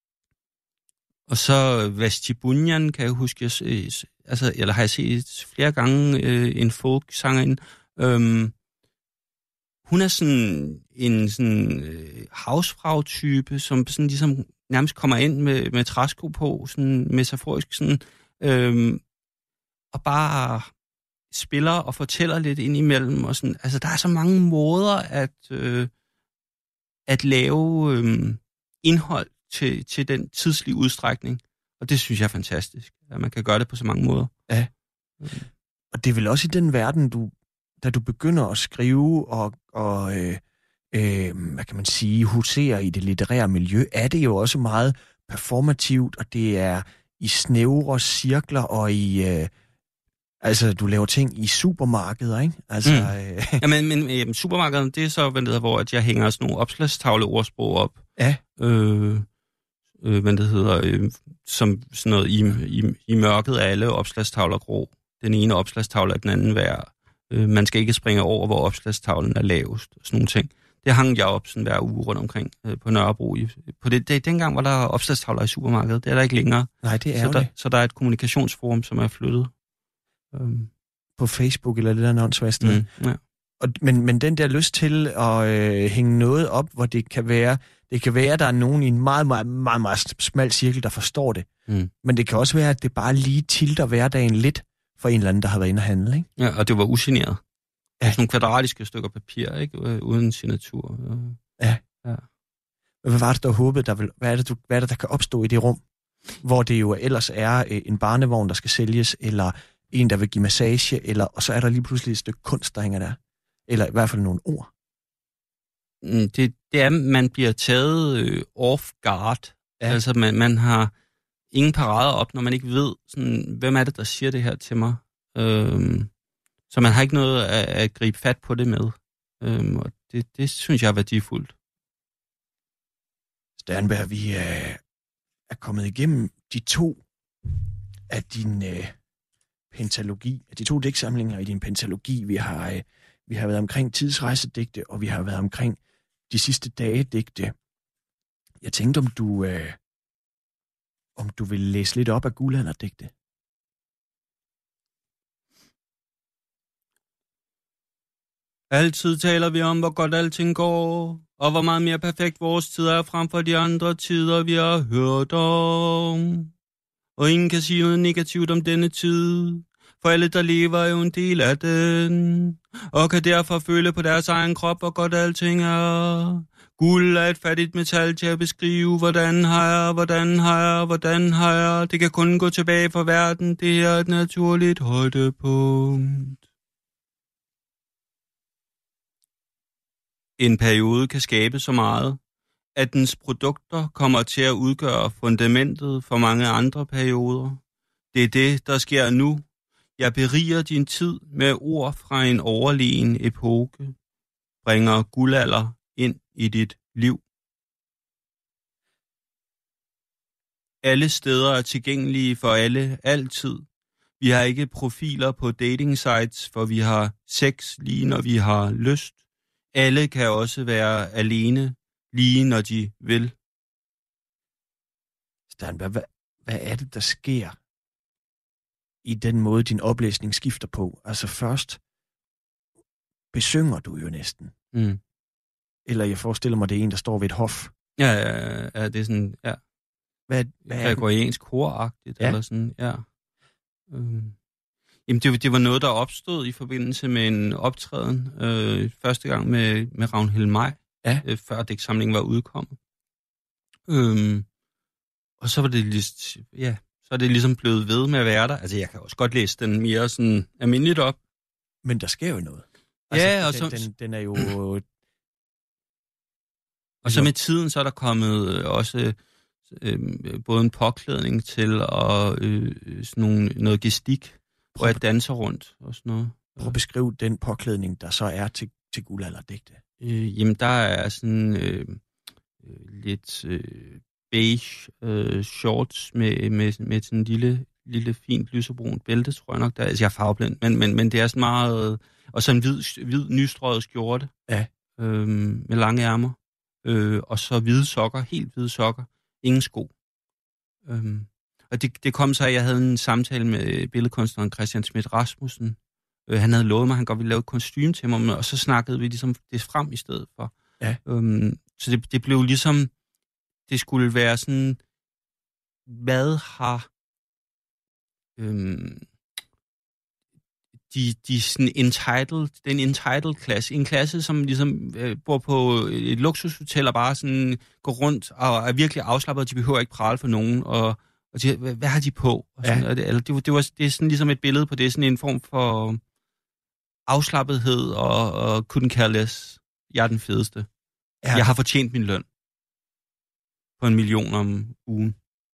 og så Vashti Bunyan, kan jeg huske, altså, eller har jeg set flere gange øh, en folk-sangerinde. Øhm, hun er sådan en sådan, øh, hausfrau-type, som sådan ligesom nærmest kommer ind med, med træsko på, sådan metaforisk, sådan, øhm, og bare spiller og fortæller lidt ind imellem. Og sådan. Altså, der er så mange måder at, øh, at lave øh, indhold Til, til den tidslige udstrækning. Og det synes jeg er fantastisk, at man kan gøre det på så mange måder. Ja. Og det er vel også i den verden, du, da du begynder at skrive og, og øh, øh, hvad kan man sige, husere i det litterære miljø, er det jo også meget performativt, og det er i snævre cirkler, og i... Øh, altså, du laver ting i supermarkeder, ikke? Altså, mm. øh... ja, men, men øh, supermarkedet, det er så, hvad det hedder, hvor at jeg hænger sådan nogle opslagstavle-ordsprog op. Ja. Øh... Øh, hvad det hedder, øh, som sådan noget i, i, i mørket er alle opslagstavler grå. Den ene opslagstavle er den anden værd. Øh, man skal ikke springe over, hvor opslagstavlen er lavest, og sådan nogle ting. Det hang jeg op sådan hver uge rundt omkring øh, på Nørrebro. I, på det, det, dengang var der opslagstavler i supermarkedet, det er der ikke længere. Nej, det er så jo der, det. Så der er et kommunikationsforum, som er flyttet. Um. På Facebook eller det der navnsværsted. Mm, ja. Og, men, men den der lyst til at øh, hænge noget op, hvor det kan være, det kan være, at der er nogen i en meget, meget, meget, meget smal cirkel, der forstår det. Mm. Men det kan også være, at det bare lige tilter hverdagen lidt for en eller anden, der har været inde og handle, ikke? Ja, og det var ugeneret. Ja. Sådan nogle kvadratiske stykker papir, ikke? Uden signatur. Ja. ja. Hvad var det, der håbede, der vil, hvad er det, du, hvad er det, der kan opstå i det rum, hvor det jo ellers er en barnevogn, der skal sælges, eller en, der vil give massage, eller, og så er der lige pludselig et stykke kunst, der hænger der. Eller i hvert fald nogle ord. Det, det er, man bliver taget øh, off guard. Ja. Altså, man, man har ingen parader op, når man ikke ved, sådan, hvem er det, der siger det her til mig. Øhm, så man har ikke noget at, at gribe fat på det med. Øhm, og det, det synes jeg er værdifuldt. Sternberg, vi øh, er kommet igennem de to af din øh, pentalogi, de to digtsamlinger i din pentalogi. Vi har... Øh, Vi har været omkring tidsrejsedigte, og vi har været omkring de sidste dage digte. Jeg tænkte, om du, øh, om du vil læse lidt op af guldalderdigte. Altid taler vi om, hvor godt alting går, og hvor meget mere perfekt vores tid er frem for de andre tider, vi har hørt om. Og ingen kan sige noget negativt om denne tid, for alle, der lever, er jo en del af den, og kan derfor føle på deres egen krop, hvor godt alting er. Guld er et fattigt metal til at beskrive, hvordan har jeg, hvordan har jeg, hvordan har jeg. Det kan kun gå tilbage for verden, det er et naturligt højdepunkt. en periode kan skabe så meget, at dens produkter kommer til at udgøre fundamentet for mange andre perioder. Det er det, der sker nu. Jeg beriger din tid med ord fra en overlegen epoke, bringer guldalder ind i dit liv. Alle steder er tilgængelige for alle, altid. Vi har ikke profiler på dating sites, for vi har sex lige når vi har lyst. Alle kan også være alene, lige når de vil. Sternberg, hvad, hvad er det, der sker i den måde, din oplæsning skifter på? Altså først besynger du jo næsten. Mm. Eller jeg forestiller mig, det er en, der står ved et hof. Ja, ja, ja, det er sådan, ja. Hvad, hvad gregoriansk koragtigt, ja. Eller sådan, ja. Øhm. Jamen, det, det var noget, der opstod i forbindelse med en optræden, øh, første gang med, med Ragnhild Maj, ja. øh, før digtsamlingen var udkommet. Øhm. Og så var det lige, ja, så er det ligesom blevet ved med at være der. Altså, jeg kan også godt læse den mere sådan almindeligt op. Men der sker jo noget. Altså, ja, og den, så... Den, den er jo... og så med tiden, så er der kommet også øh, både en påklædning til og øh, sådan nogle, noget gestik, hvor jeg danser rundt og sådan noget. Prøv at beskrive den påklædning, der så er til, til guldalderdigte. Øh, jamen, der er sådan øh, lidt øh, beige øh, shorts med, med, med sådan en lille, lille fint lysebrun bælte, tror jeg nok. Der, altså, jeg er farveblind, men, men, men det er sådan meget... Og så en hvid, hvid nystrøget skjorte ja. øh, med lange ærmer. Øh, og så hvide sokker, helt hvide sokker. Ingen sko. Øh, og det, det kom så, at jeg havde en samtale med billedkunstneren Christian Schmidt Rasmussen. Øh, han havde lovet mig, at han godt ville lave et kostume til mig, og så snakkede vi ligesom det frem i stedet for. Ja. Øh, så det, det blev ligesom... Det skulle være sådan... Hvad har... Øh, De, de sådan entitled, den entitled klasse, en klasse, som ligesom øh, bor på et luksushotel og bare sådan går rundt og er virkelig afslappet, og de behøver ikke prale for nogen, og, og de, hvad, hvad har de på? Og sådan, ja. og det, eller det, det, var, det er sådan ligesom et billede på det, sådan en form for afslappethed og, og couldn't care less. Jeg er den fedeste. Ja. Jeg har fortjent min løn på en million om ugen.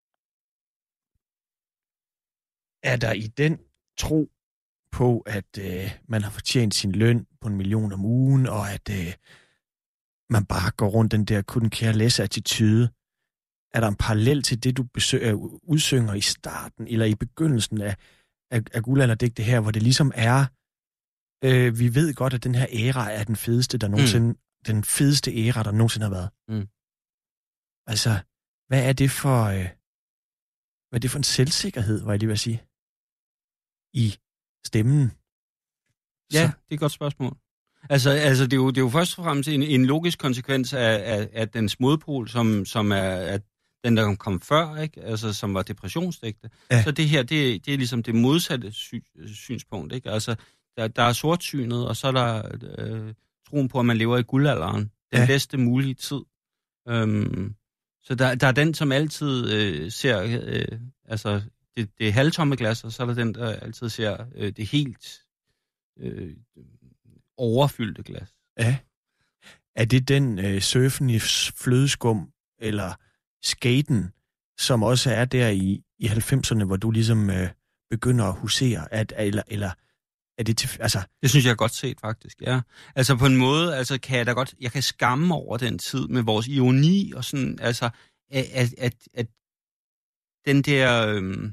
Er der i den tro på, at øh, man har fortjent sin løn på en million om ugen, og at øh, man bare går rundt den der couldn't care less attitude? Er der en parallel til det, du besøger, udsynger i starten, eller i begyndelsen af, af, af guldalderdigte her, hvor det ligesom er, øh, vi ved godt, at den her æra er den fedeste, der nogensinde, mm. den fedeste æra, der nogensinde har været. Mm. Altså, hvad er det for, øh, hvad er det for en selvsikkerhed, var jeg lige ved at sige, i stemmen? Ja, så. Det er et godt spørgsmål. Altså, altså det, er jo, det er jo først og fremmest en, en logisk konsekvens af, af, af dens modpol, som, som er at den, der kom før, ikke? Altså, som var depressionsdigte. Ja. Så det her, det, det er ligesom det modsatte sy, synspunkt. Ikke? Altså, der, der er sortsynet, og så er der øh, troen på, at man lever i guldalderen. Den ja. bedste mulige tid. Øhm, så der, der er den, som altid øh, ser... Øh, altså, det, det halvtomme glas, og så er der den, der altid ser øh, det helt øh, overfyldte glas. Ja. Er det den øh, surfen i flødeskum, eller skaten, som også er der i, i halvfemserne, hvor du ligesom øh, begynder at husere, at, eller, eller er det til, altså... Det synes jeg er godt set, faktisk, ja. Altså på en måde, altså kan jeg da godt, jeg kan skamme over den tid med vores ironi, og sådan, altså, at, at, at den der øh,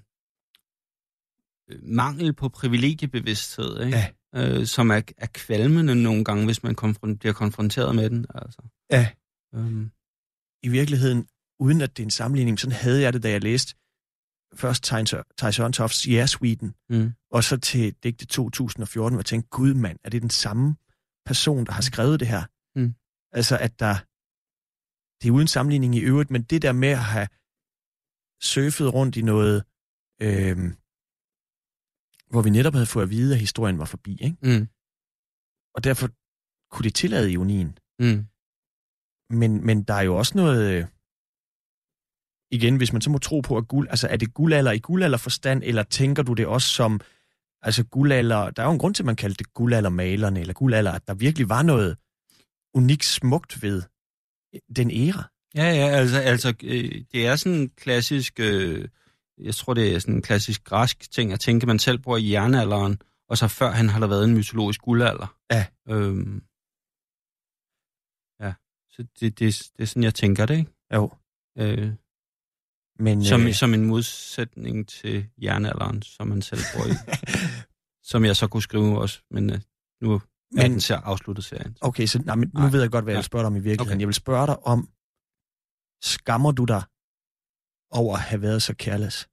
mangel på privilegiebevidsthed, ikke? Ja. Øh, som er, er kvalmende nogle gange, hvis man konfron- bliver konfronteret med den, altså. Ja. Øhm. I virkeligheden, uden at det er en sammenligning, sådan havde jeg det, da jeg læste først Theis Ørntofts Yeah Sweden, mm. og så til digte to tusind og fjorten, hvor jeg tænkte, gud mand, er det den samme person, der har skrevet det her? Mm. Altså, at der... Det er uden sammenligning i øvrigt, men det der med at have surfet rundt i noget, øh, hvor vi netop havde fået at vide, at historien var forbi, ikke? Mm. Og derfor kunne det tillade ironien. Mm. Men, men der er jo også noget... Øh, igen, hvis man så må tro på, at guld, altså er det guldalder i guldalderforstand, eller tænker du det også som, altså guldalder, der er jo en grund til, at man kaldte det guldaldermalerne, eller guldalder, at der virkelig var noget, unikt smukt ved den æra. Ja, ja, altså, altså øh, det er sådan en klassisk, øh, jeg tror det er sådan en klassisk græsk ting, at tænke, man selv bor i jernalderen, og så før han har der været en mytologisk guldalder. Ja. Øhm, ja, så det, det, det er sådan, jeg tænker det, ikke? Jo. Øh, Men, som, øh... som en modsætning til jernalderen, som man selv bor i. Som jeg så kunne skrive også, men øh, nu men, er den så afsluttet serien. Okay, så nej, men nu nej. ved jeg godt, hvad jeg vil spørge dig om i virkeligheden. Okay. Jeg vil spørge dig om, skammer du dig over at have været så kærløs?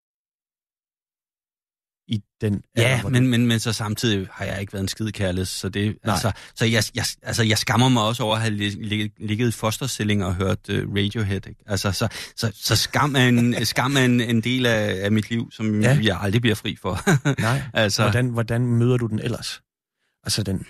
I den ja, alder, men, du... men, men så samtidig har jeg ikke været en skide kærløs, så det altså, så jeg, jeg, altså, jeg skammer mig også over at have ligget, ligget i fosterstilling og hørt uh, Radiohead, ikke? Altså, så, så, så skam er en, skam er en, en del af, af mit liv, som ja. jeg aldrig bliver fri for. Nej, altså... hvordan, hvordan møder du den ellers? Altså den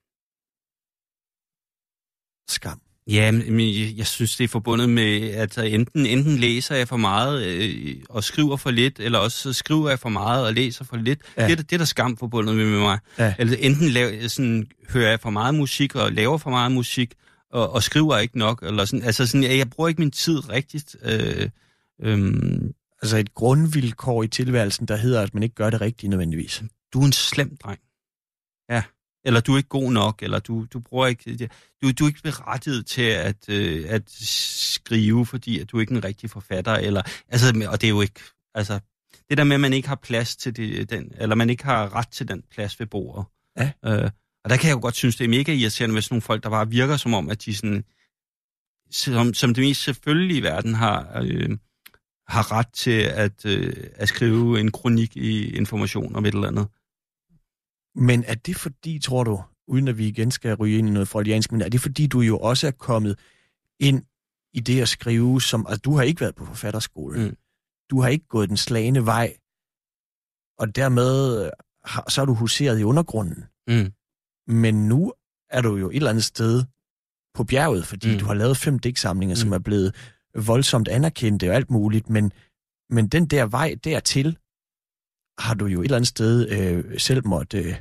skam. Ja, men jeg, jeg synes, det er forbundet med, at enten, enten læser jeg for meget øh, og skriver for lidt, eller også skriver jeg for meget og læser for lidt. Ja. Det, det er der skam forbundet med, med mig. Ja. Eller enten laver, sådan, hører jeg for meget musik og laver for meget musik, og, og skriver ikke nok. Eller sådan. Altså, sådan, jeg, jeg bruger ikke min tid rigtigt. Øh, øh, altså et grundvilkår i tilværelsen, der hedder, at man ikke gør det rigtigt nødvendigvis. Du er en slem dreng. Ja. Eller du er ikke god nok, eller du, du bruger ikke, du, du er ikke berettiget til at, øh, at skrive, fordi at du er ikke en rigtig forfatter, eller, altså, og det er jo ikke, altså, det der med, at man ikke har plads til det, den, eller man ikke har ret til den plads ved bordet. Ja. Øh, og der kan jeg jo godt synes, det er mega irriterende, hvis nogle folk, der bare virker som om, at de sådan, som, som det mest selvfølgelige i verden har, øh, har ret til at, øh, at skrive en kronik i Information om et eller andet. Men er det fordi, tror du, uden at vi igen skal ryge ind i noget freudiansk, men er det fordi, du jo også er kommet ind i det at skrive, som, altså du har ikke været på forfatterskolen, mm. du har ikke gået den slagne vej, og dermed har, så er du huseret i undergrunden. Mm. Men nu er du jo et eller andet sted på bjerget, fordi mm. du har lavet fem digtsamlinger, mm. som er blevet voldsomt anerkendte og alt muligt, men, men den der vej dertil, har du jo et eller andet sted øh, selv måtte, øh,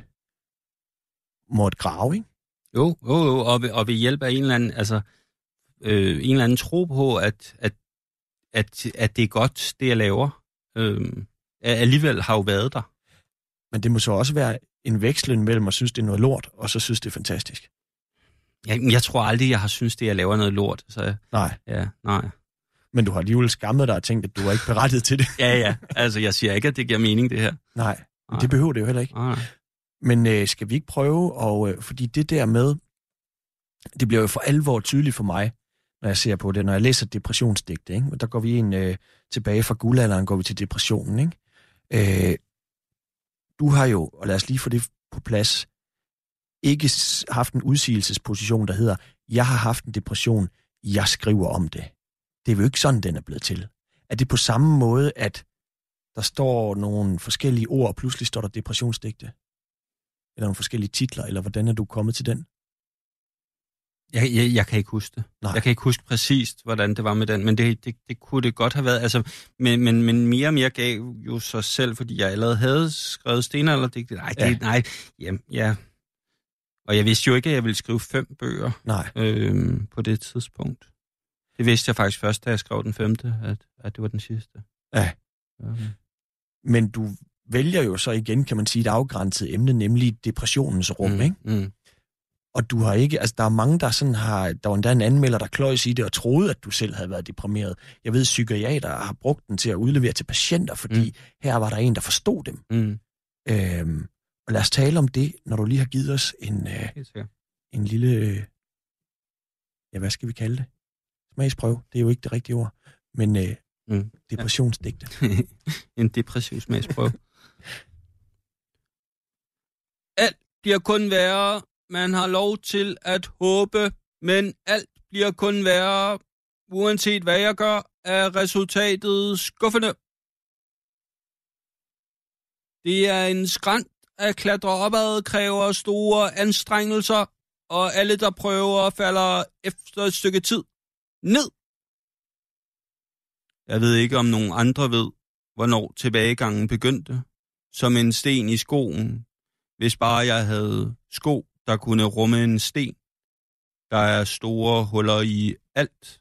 måtte grave, ikke? Jo, jo, jo, og ved, og ved hjælp af en eller anden, altså, øh, en eller anden tro på, at, at, at, at det er godt, det jeg laver, øh, alligevel har jo været der. Men det må så også være en vekslen mellem at synes, det er noget lort, og så synes, det er fantastisk. Jeg, jeg tror aldrig, jeg har synes, det jeg laver noget lort. Så, nej. Ja, nej. Men du har alligevel skammet dig og tænkt, at du er ikke berettiget til det. ja, ja. Altså, jeg siger ikke, at det giver mening, det her. Nej, nej. Det behøver det jo heller ikke. Nej. Men øh, skal vi ikke prøve, og, øh, fordi det der med, det bliver jo for alvor tydeligt for mig, når jeg ser på det, når jeg læser depressionsdigte, ikke? Der går vi en øh, tilbage fra guldalderen, går vi til depressionen, ikke? Øh, du har jo, og lad os lige få det på plads, ikke haft en udsigelsesposition, der hedder, jeg har haft en depression, jeg skriver om det. Det er jo ikke sådan, den er blevet til. Er det på samme måde, at der står nogle forskellige ord, og pludselig står der depressionsdigte? Eller nogle forskellige titler, eller hvordan er du kommet til den? Jeg, jeg, jeg kan ikke huske det. Nej. Jeg kan ikke huske præcist, hvordan det var med den, men det, det, det kunne det godt have været. Altså, men, men, men mere og mere gav jo sig selv, fordi jeg allerede havde skrevet stenalderdigte. Nej, det, ja. nej, ja, ja. Og jeg vidste jo ikke, at jeg ville skrive fem bøger nej. Øhm, på det tidspunkt. Det vidste jeg faktisk først, da jeg skrev den femte, at, at det var den sidste. Ja. Okay. Men du vælger jo så igen, kan man sige, et afgrænset emne, nemlig depressionens rum, mm, ikke? Mm. Og du har ikke, altså der er mange, der sådan har, der var endda en anmelder, der kløjs i det og troede, at du selv havde været deprimeret. Jeg ved, psykiater har brugt den til at udlevere til patienter, fordi mm. her var der en, der forstod dem. Mm. Øhm, og lad os tale om det, når du lige har givet os en, øh, en lille, øh, ja, hvad skal vi kalde det? Smagsprøve, det er jo ikke det rigtige ord, men øh, mm. depressionsdigte. En depressiv smagsprøve. Alt bliver kun værre. Man har lov til at håbe, men alt bliver kun værre. Uanset hvad jeg gør, er resultatet skuffende. Det er en skrænt at klatre opad, kræver store anstrengelser, og alle, der prøver, falder efter et stykke tid ned. Jeg ved ikke, om nogen andre ved, hvornår tilbagegangen begyndte. Som en sten i skoen, hvis bare jeg havde sko, der kunne rumme en sten. Der er store huller i alt.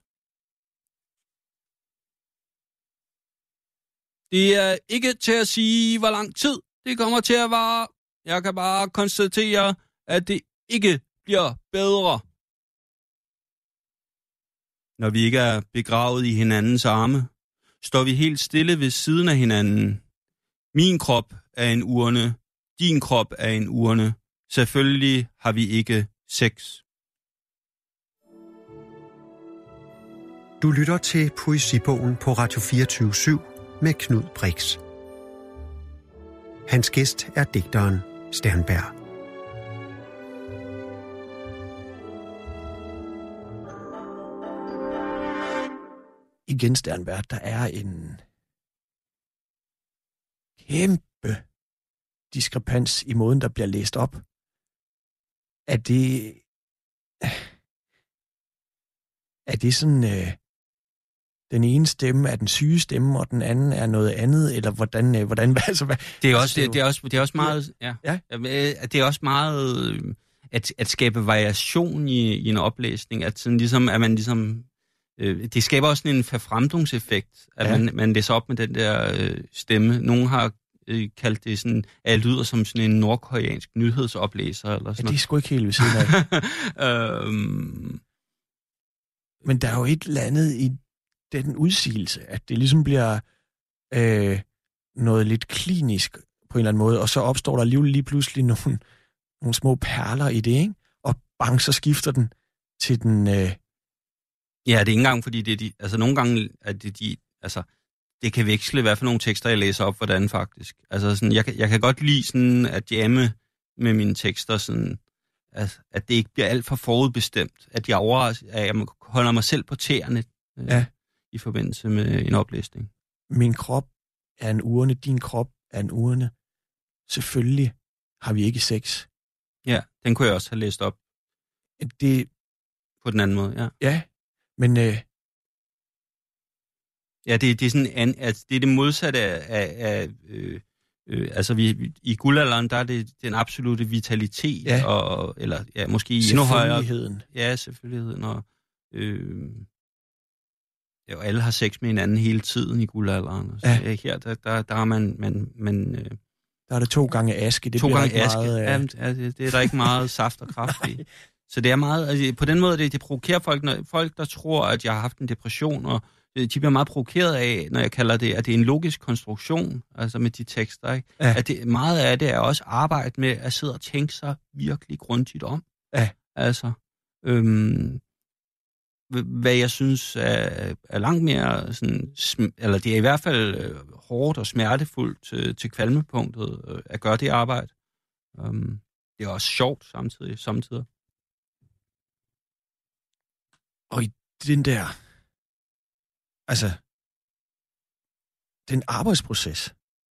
Det er ikke til at sige, hvor lang tid det kommer til at vare. Jeg kan bare konstatere, at det ikke bliver bedre. Når vi ikke er begravet i hinandens arme, står vi helt stille ved siden af hinanden. Min krop er en urne, din krop er en urne. Selvfølgelig har vi ikke sex. Du lytter til Poesibogen på Radio fireogtyve syv med Knud Brix. Hans gæst er digteren Sternberg. Igen, Sternberg, der er en kæmpe diskrepans i måden, der bliver læst op. Er det... Er det sådan... Øh, den ene stemme er den syge stemme, og den anden er noget andet, eller hvordan... Øh, hvordan altså, hvad, det, er også, det, det, er også, det er også meget... Ja. Ja. Det er også meget... At, at skabe variation i, i en oplæsning, at, sådan ligesom, at man ligesom... Øh, det skaber også sådan en forfremdungseffekt, at ja. man, man læser op med den der øh, stemme. Nogen har øh, kaldt det sådan, at jeg lyder som sådan en nordkoreansk nyhedsoplæser, eller sådan ja, det er sgu ikke helt ved siden af. øhm... Men der er jo et eller andet i den udsigelse, at det ligesom bliver øh, noget lidt klinisk på en eller anden måde, og så opstår der alligevel lige pludselig nogle, nogle små perler i det, ikke? Og bang, så skifter den til den... Øh... Ja, det er ikke engang, fordi det er de... Altså, nogle gange er det de... Altså, det kan veksle, hvad for nogle tekster, jeg læser op, hvordan faktisk. Altså, sådan, jeg, kan, jeg kan godt lide sådan at jamme med mine tekster, sådan... At, at det ikke bliver alt for forudbestemt. At jeg, over, at jeg holder mig selv på tæerne øh, ja. i forbindelse med en oplæsning. Min krop er en urne, din krop er en urne. Selvfølgelig har vi ikke sex. Ja, den kunne jeg også have læst op. Det... På den anden måde, ja. Ja, men... Øh... Ja, det, det er sådan an, altså, det er det modsatte af... af, af øh, Øh, altså vi, i guldalderen, der er det den absolute vitalitet, ja. og, eller ja, måske endnu højere... Selvfølgeligheden. Ja, selvfølgeligheden, og, øh, ja, og alle har sex med hinanden hele tiden i guldalderen. Så, ja. ja, her, der, der, der er man... man, man øh, der er det to gange aske, det to bliver gange ikke aske. meget... Ja, ja, det, det er der ikke meget saft og kraft i. Så det er meget... Altså, på den måde, det, det provokerer folk, når, folk, der tror, at jeg har haft en depression, og de bliver meget provokeret af, når jeg kalder det, at det er en logisk konstruktion, altså med de tekster, ikke? Ja. At det, meget af det er også arbejde med at sidde og tænke sig virkelig grundigt om. Ja. Altså, øhm, hvad jeg synes er, er langt mere sådan, eller det er i hvert fald øh, hårdt og smertefuldt til, til kvalmepunktet øh, at gøre det arbejde. Øhm, det er også sjovt samtidig, samtidig. Og i den der... Altså, den arbejdsproces,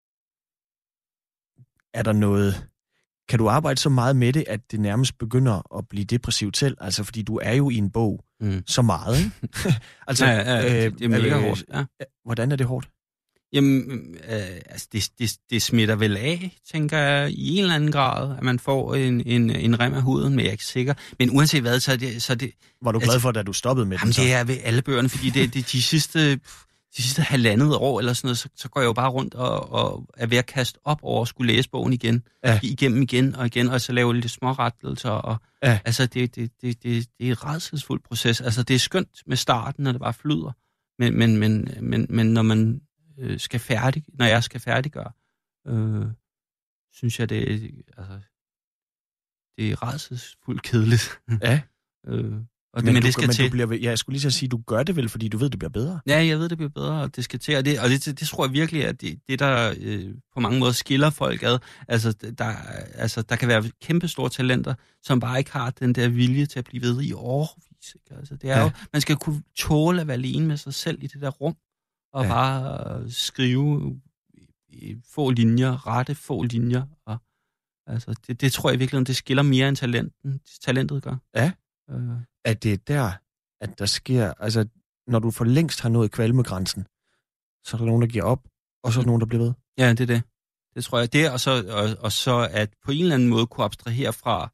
er der noget... Kan du arbejde så meget med det, at det nærmest begynder at blive depressivt selv? Altså, fordi du er jo i en bog mm. så meget, ikke? altså, ja, ja, det, det er mega øh, hårdt, ja. Hvordan er det hårdt? Jamen, øh, altså, det, det, det smitter vel af, tænker jeg, i en eller anden grad, at man får en, en, en rem af huden, men jeg er ikke sikker. Men uanset hvad, så er det... Så er det Var du glad altså, for, da du stoppede med jamen, den? Jamen, det er ved alle bøgerne, fordi det, det de sidste... De sidste halvandet år eller sådan noget, så, så går jeg jo bare rundt og, og er ved at kaste op over at skulle læse bogen igen. Ja. Igennem igen og igen, og så lave lidt smårettelser. Og, ja. Altså, det, det, det, det, det er et rædselsfuldt proces. Altså, det er skønt med starten, når det bare flyder. Men, men, men, men, men når man øh, skal færdig, når jeg skal færdiggøre, øh, synes jeg, det er, altså, det er rædselsfuldt kedeligt. Ja. øh, Og men men du, det skal men til. Du bliver, ja, jeg skulle lige så sige, du gør det vel, fordi du ved, det bliver bedre? Ja, jeg ved, det bliver bedre, og det skal til. Og det, og det, det, det tror jeg virkelig, at det, det der øh, på mange måder skiller folk ad. Altså der, altså, der kan være kæmpe store talenter, som bare ikke har den der vilje til at blive ved i årevis. Ikke? Altså, det er ja. jo, man skal kunne tåle at være alene med sig selv i det der rum, og ja. bare skrive få linjer, rette få linjer. Og, altså, det, det tror jeg virkelig, det skiller mere end talenten, talentet gør. Ja. Øh. At det er der, at der sker, altså når du for længst har nået kvalmegrænsen, så er der nogen, der giver op, og så er der nogen, der bliver ved. Ja, det er det. Det tror jeg. Det, og så, og, og så at på en eller anden måde kunne abstrahere fra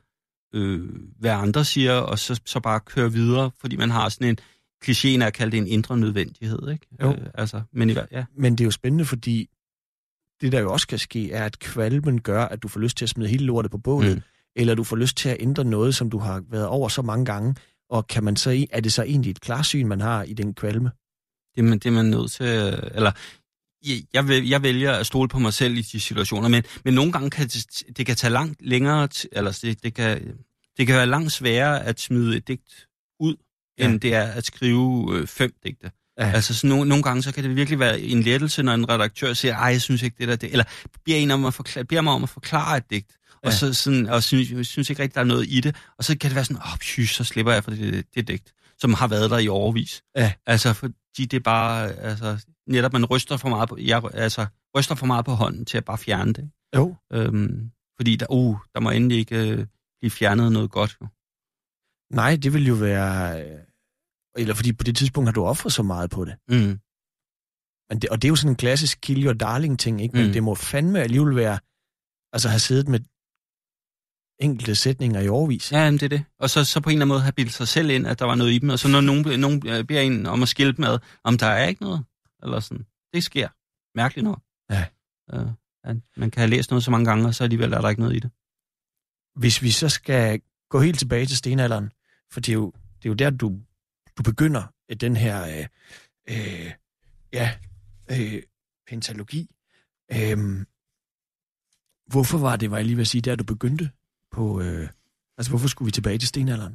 øh, hvad andre siger, og så, så bare køre videre, fordi man har sådan en, klichéen er at kalde det en indre nødvendighed, ikke? Jo. Øh, altså, men, i, ja. men det er jo spændende, fordi det, der jo også kan ske, er, at kvalmen gør, at du får lyst til at smide hele lortet på bålet, mm. eller du får lyst til at ændre noget, som du har været over så mange gange, og kan man så, er det så egentlig et klarsyn, man har i den kvalme? Det, man, det er man nødt til, eller jeg, jeg, jeg vælger at stole på mig selv i de situationer, men, men nogle gange kan det, det kan tage langt længere, eller det, det, kan, det kan være langt sværere at smide et digt ud, ja. end det er at skrive øh, fem digte. Ja. Altså sådan nogle, nogle gange, så kan det virkelig være en lettelse, når en redaktør siger, ej, jeg synes ikke det der, det, eller beder, en om at forklare, beder mig om at forklare et digt, ja. og så sådan, og synes, synes ikke rigtig, der er noget i det, og så kan det være sådan, åh, oh, så slipper jeg for det, det, det digt, som har været der i overvis. Ja. Altså, fordi det er bare, altså, netop man ryster for meget på, jeg, altså, ryster for meget på hånden til at bare fjerne det. Jo. Øhm, fordi der, uh, der må endelig ikke øh, blive fjernet noget godt. Jo. Nej, det vil jo være... Eller fordi på det tidspunkt har du offret så meget på det. Mm. Men det og det er jo sådan en klassisk kill your darling ting, ikke? Men mm. det må fandme alligevel være... Altså have siddet med enkelte sætninger i overvis. Ja, det er det. Og så, så på en eller anden måde have bildet sig selv ind, at der var noget i dem. Og så når nogen, nogen beder en om at skille dem ad, om der er ikke noget. Eller sådan. Det sker. Mærkeligt nok. Ja. Uh, at man kan have læst noget så mange gange, og så alligevel er der ikke noget i det. Hvis vi så skal gå helt tilbage til stenalderen, for det er jo, det er jo der, du, du begynder den her øh, øh, ja, øh, pentalogi. Øh, hvorfor var det, var jeg lige ved at sige, der du begyndte på... Øh, altså, hvorfor skulle vi tilbage til stenalderen?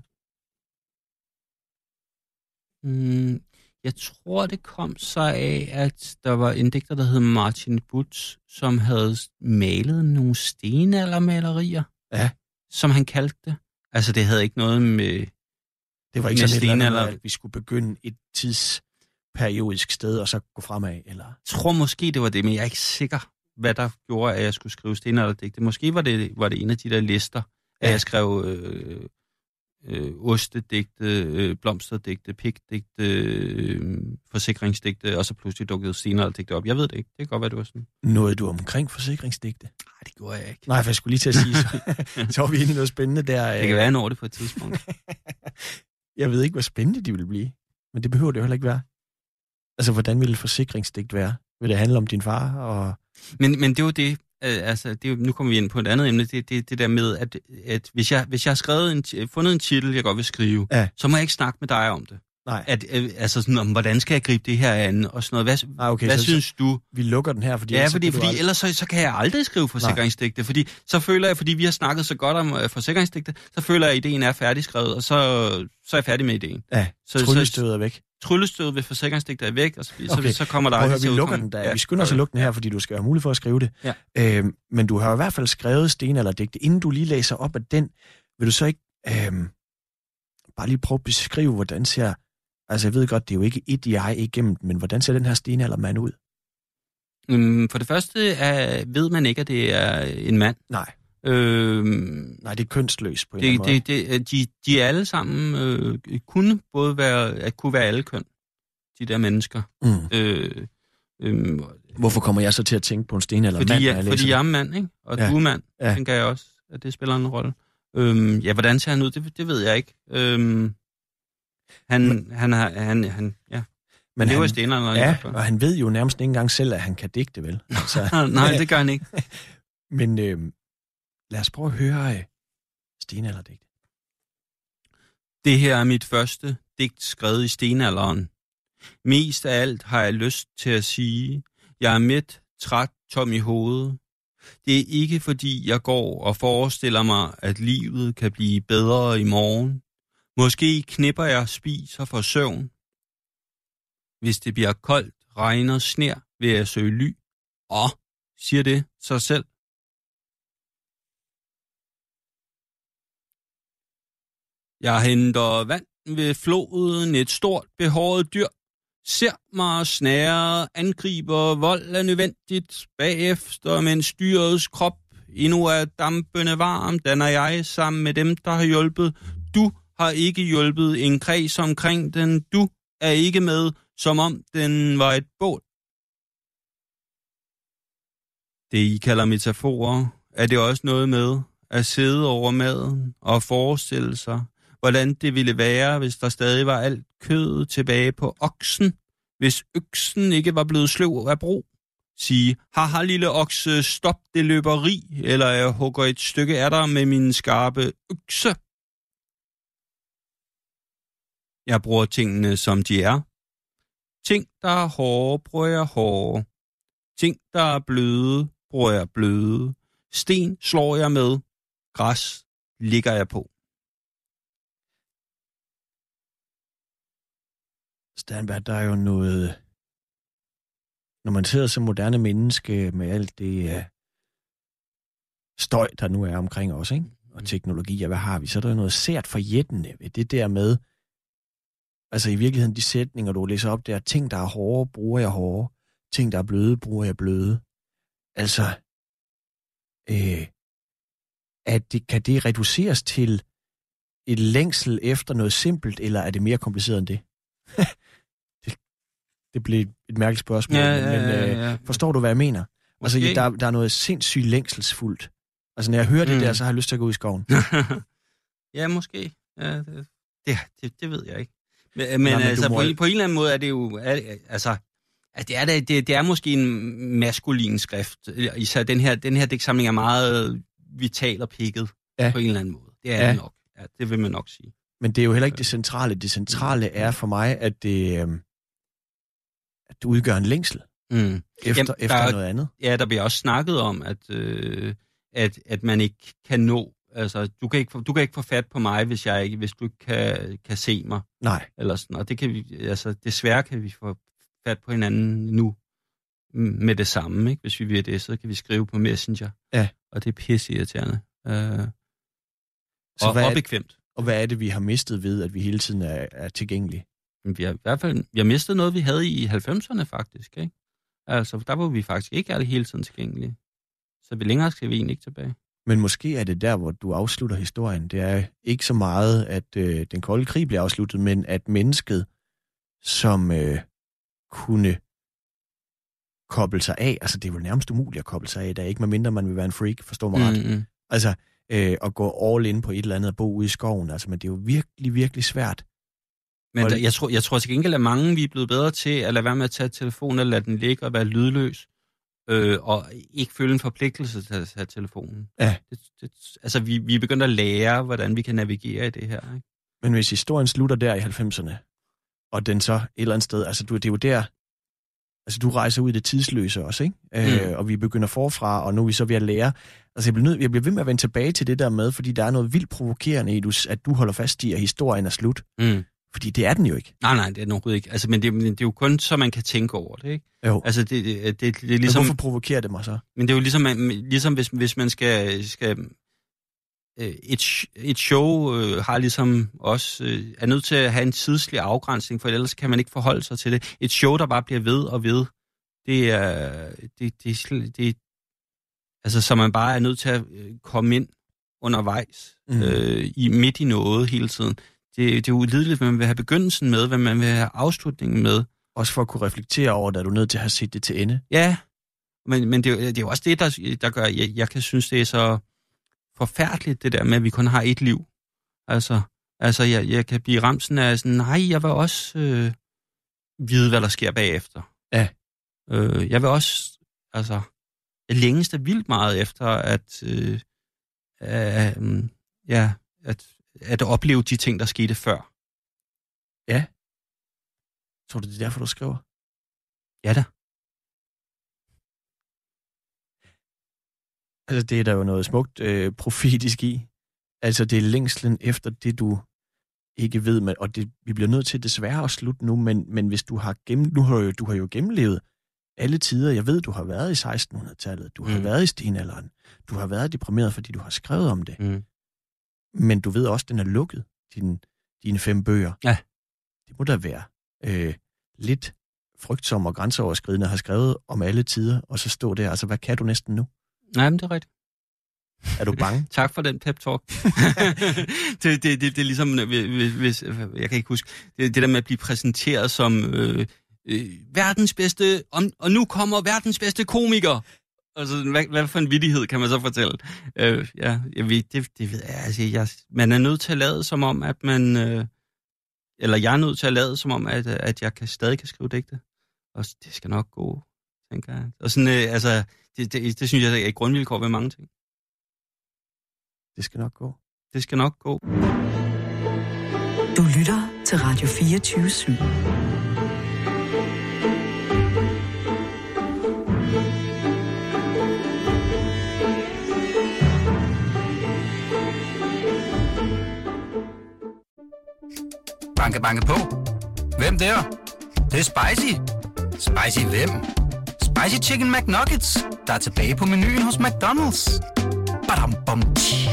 Mm, jeg tror, det kom så af, at der var en digter, der hed Martin Butz, som havde malet nogle stenaldermalerier, ja. som han kaldte det. Altså, det havde ikke noget med... Det var ikke sådan et eller andet, at vi skulle begynde et tidsperiodisk sted, og så gå fremad, eller? Jeg tror måske, det var det, men jeg er ikke sikker, hvad der gjorde, at jeg skulle skrive stenalderdigte. Måske var det, var det en af de der lister, at ja. jeg skrev øh, øh, ostedigte, øh, blomsterdigte, pigtdigte, øh, forsikringsdigte, og så pludselig dukkede stenalderdigte op. Jeg ved det ikke. Det kan godt være, det var sådan. Nåede du omkring forsikringsdigte? Nej, det gjorde jeg ikke. Nej, for jeg skulle lige til at sige, så, så var vi inde i noget spændende der. Det kan være, en over det på et tidspunkt. Jeg ved ikke, hvor spændende de ville blive, men det behøver det jo heller ikke være. Altså, hvordan ville et forsikringsdigt være? Vil det handle om din far? Og... Men, men det er jo det, øh, altså, det er jo, nu kommer vi ind på et andet emne, det, det, det der med, at, at hvis, jeg, hvis jeg har skrevet en, fundet en titel, jeg godt vil skrive, ja. så må jeg ikke snakke med dig om det. Nej. At, øh, altså sådan, om, hvordan skal jeg gribe det her an, og sådan noget. Hvad, ah, okay, hvad så, synes så, du? Vi lukker den her, fordi... Ja, fordi, fordi aldrig... ellers så, så kan jeg aldrig skrive forsikringsdigte, fordi så føler jeg, fordi vi har snakket så godt om uh, forsikringsdigte, så føler jeg, at ideen er færdigskrevet, og så, så er jeg færdig med ideen. Ja, tryllestøvet er væk. Tryllestøvet ved forsikringsdigte er væk, og så, okay. så, så kommer der... Prøv at høre, vi lukker den der. Ja, vi skynder os at lukke den her, fordi du skal have mulighed for at skrive det. Ja. Øhm, men du har i hvert fald skrevet stenalderdigte. Inden du lige læser op af den, vil du så ikke øhm, bare lige prøve at beskrive, hvordan ser... Altså, jeg ved godt, det er jo ikke et jeg igennem, men hvordan ser den her stenaldermand ud? Um, for det første er, ved man ikke, at det er en mand. Nej. Øhm, Nej, det er kønsløst på en det, eller anden det, det, de, de er alle sammen, øh, kunne både være, at kunne være alle køn, de der mennesker. Mm. Øh, øh, Hvorfor kommer jeg så til at tænke på en stenaldermand? Fordi, jeg, jeg, fordi jeg er mand, ikke? Og ja. du er mand, ja. tænker jeg også, at det spiller en rolle. Øhm, ja, hvordan ser han ud, det, det ved jeg ikke. Øhm, Han, men, han, han, han, ja. Men det var stenalderen. Ja, og han ved jo nærmest ikke engang selv, at han kan digte, vel? Altså, nej, det gør han ikke. Men øh, lad os prøve at høre øh, stenalderdigte. Det her er mit første digt skrevet i stenalderen. Mest af alt har jeg lyst til at sige, jeg er midt, træt, tom i hovedet. Det er ikke fordi, jeg går og forestiller mig, at livet kan blive bedre i morgen. Måske knipper jeg, spiser for søvn. Hvis det bliver koldt, regner, sner, vil jeg søge ly. Og, siger det sig selv. Jeg henter vand ved floden, et stort behåret dyr. Ser mig snære, angriber, vold er nødvendigt. Bagefter, mens dyrets krop endnu er dampende varm, danner jeg sammen med dem, der har hjulpet. Du har ikke hjulpet en kreds omkring den. Du er ikke med, som om den var et bål. Det, I kalder metaforer, er det også noget med, at sidde over maden og forestille sig, hvordan det ville være, hvis der stadig var alt kødet tilbage på oksen, hvis øksen ikke var blevet sløv af brug. Sige, haha lille okse, stop det løberi, eller jeg hugger et stykke af dig med min skarpe økse. Jeg bruger tingene, som de er. Ting, der er hårde, bruger jeg hårde. Ting, der er bløde, bruger jeg bløde. Sten slår jeg med. Græs ligger jeg på. Sternberg, der er jo noget... Når man sidder som moderne menneske med alt det uh, støj, der nu er omkring os, ikke? Og teknologi, og hvad har vi, så er der noget sært forjættende ved det der med, altså i virkeligheden de sætninger, du læser op der, ting, der er hårde, bruger jeg hårde, ting, der er bløde, bruger jeg bløde. Altså, øh, at det, kan det reduceres til et længsel efter noget simpelt, eller er det mere kompliceret end det? det, det blev et mærkeligt spørgsmål, ja, ja, men ja, ja. Øh, forstår du, hvad jeg mener? Altså, okay. der, der er noget sindssygt længselsfuldt. Altså, når jeg hører det mm. der, så har jeg lyst til at gå ud i skoven. Ja, måske. Ja, det, det, det, det ved jeg ikke. Men, men, Nej, men altså, må... på, en, på en eller anden måde er det jo... Er, altså, altså det, er, det, det er måske en maskulin skrift. Især den her, den her digtsamling er meget vital og pikket ja. På en eller anden måde. Det er ja. Det nok. Ja, det vil man nok sige. Men det er jo heller ikke det centrale. Det centrale er for mig, at det, øh, at det udgør en længsel mm. efter, Jamen, efter er, noget andet. Ja, der bliver også snakket om, at, øh, at, at man ikke kan nå. Altså, du kan ikke, du kan ikke få fat på mig, hvis jeg ikke, hvis du ikke kan, kan se mig. Nej. Eller sådan. Og det kan vi, altså, desværre kan vi få fat på hinanden nu med det samme, ikke? Hvis vi vil det, så kan vi skrive på Messenger. Ja. Og det er pisseirriterende. Øh, så og, hvad og er, bekvemt. Og hvad er det, vi har mistet ved, at vi hele tiden er, er tilgængelige? Vi har i hvert fald vi har mistet noget, vi havde i halvfemserne faktisk, ikke? Altså, der var vi faktisk ikke alle hele tiden tilgængelige. Så vi længere skal vi egentlig ikke tilbage. Men måske er det der, hvor du afslutter historien. Det er ikke så meget, at øh, den kolde krig bliver afsluttet, men at mennesket, som øh, kunne koble sig af, altså det er jo nærmest umuligt at koble sig af, der er ikke med mindre man vil være en freak, forstår mig ret. Mm-hmm. Altså øh, at gå all in på et eller andet og bo ude i skoven, altså, men det er jo virkelig, virkelig svært. Men der, jeg, tror, jeg tror til gengæld, at mange vi er blevet bedre til at lade være med at tage telefonen og lade den ligge og være lydløs. Øh, og ikke føle en forpligtelse til at have telefonen. Ja. Det, det, altså, vi, vi er begyndt at lære, hvordan vi kan navigere i det her. Ikke? Men hvis historien slutter der i halvfemserne, og den så et eller andet sted, altså du, det er jo der, altså du rejser ud i det tidsløse også, ikke? Mm. Øh, og vi begynder forfra, og nu er vi så ved at lære. Altså jeg bliver, nød, jeg bliver ved med at vende tilbage til det der med, fordi der er noget vildt provokerende i, at du holder fast i, at historien er slut. Mm. Fordi det er den jo ikke. Nej, nej, det er overhovedet ikke. Altså, men det, det er jo kun, så man kan tænke over det, ikke? Jo. Altså, det, det, det, det er ligesom... Men hvorfor provokerer det mig så? Men det er jo ligesom, ligesom hvis, hvis man skal... skal et, et show øh, har ligesom også... Øh, er nødt til at have en tidslig afgrænsning, for ellers kan man ikke forholde sig til det. Et show, der bare bliver ved og ved, det er... Det, det, det, altså, så man bare er nødt til at komme ind undervejs, mm. øh, i midt i noget hele tiden. Det, det er jo ulideligt, hvad man vil have begyndelsen med, hvad man vil have afslutningen med. Også for at kunne reflektere over det, er du nødt til at have set det til ende. Ja, men, men det, det er jo også det, der, der gør, jeg, jeg kan synes, det er så forfærdeligt, det der med, at vi kun har et liv. Altså, altså jeg, jeg kan blive ramt sådan af sådan, nej, jeg vil også øh, vide, hvad der sker bagefter. Ja. Øh, jeg vil også, altså, jeg længes da vildt meget efter, at, øh, øh, ja, at at opleve de ting, der skete før. Ja. Tror du, det er derfor, du skriver? Ja da. Altså, det er der jo noget smukt øh, profetisk i. Altså, det er længslen efter det, du ikke ved, med, og det, vi bliver nødt til desværre at slutte nu, men, men hvis du har gennem, nu har jo, du har jo gennemlevet alle tider. Jeg ved, du har været i sekstenhundredetallet, du har mm. været i stenalderen, du har været deprimeret, fordi du har skrevet om det. Mm. Men du ved også, at den er lukket, din, dine fem bøger. Ja. Det må da være øh, lidt frygtsom og grænseoverskridende at have skrevet om alle tider, og så stå der. Altså, hvad kan du næsten nu? Nej, men det er rigtigt. Er du bange? Tak for den pep-talk. det, det, det, det er ligesom, hvis, jeg kan ikke huske, det, det der med at blive præsenteret som øh, øh, verdens bedste, om, og nu kommer verdens bedste komiker. Og så, hvad, hvad for en vittighed kan man så fortælle? Øh, ja, jeg ved, det, det ved jeg. Altså, jeg. Man er nødt til at lade som om, at man... Øh, eller jeg er nødt til at lade som om, at, at jeg kan, stadig kan skrive digte. Og det skal nok gå, tænker jeg. Og sådan, øh, altså, det, det, det synes jeg er et grundvilkår ved mange ting. Det skal nok gå. Det skal nok gå. Du lytter til Radio fireogtyve syv. Banke, banke på. Hvem der? Det, det er spicy. Spicy hvem? Spicy Chicken McNuggets, der er tilbage på menuen hos McDonald's. Badum, bom, tji.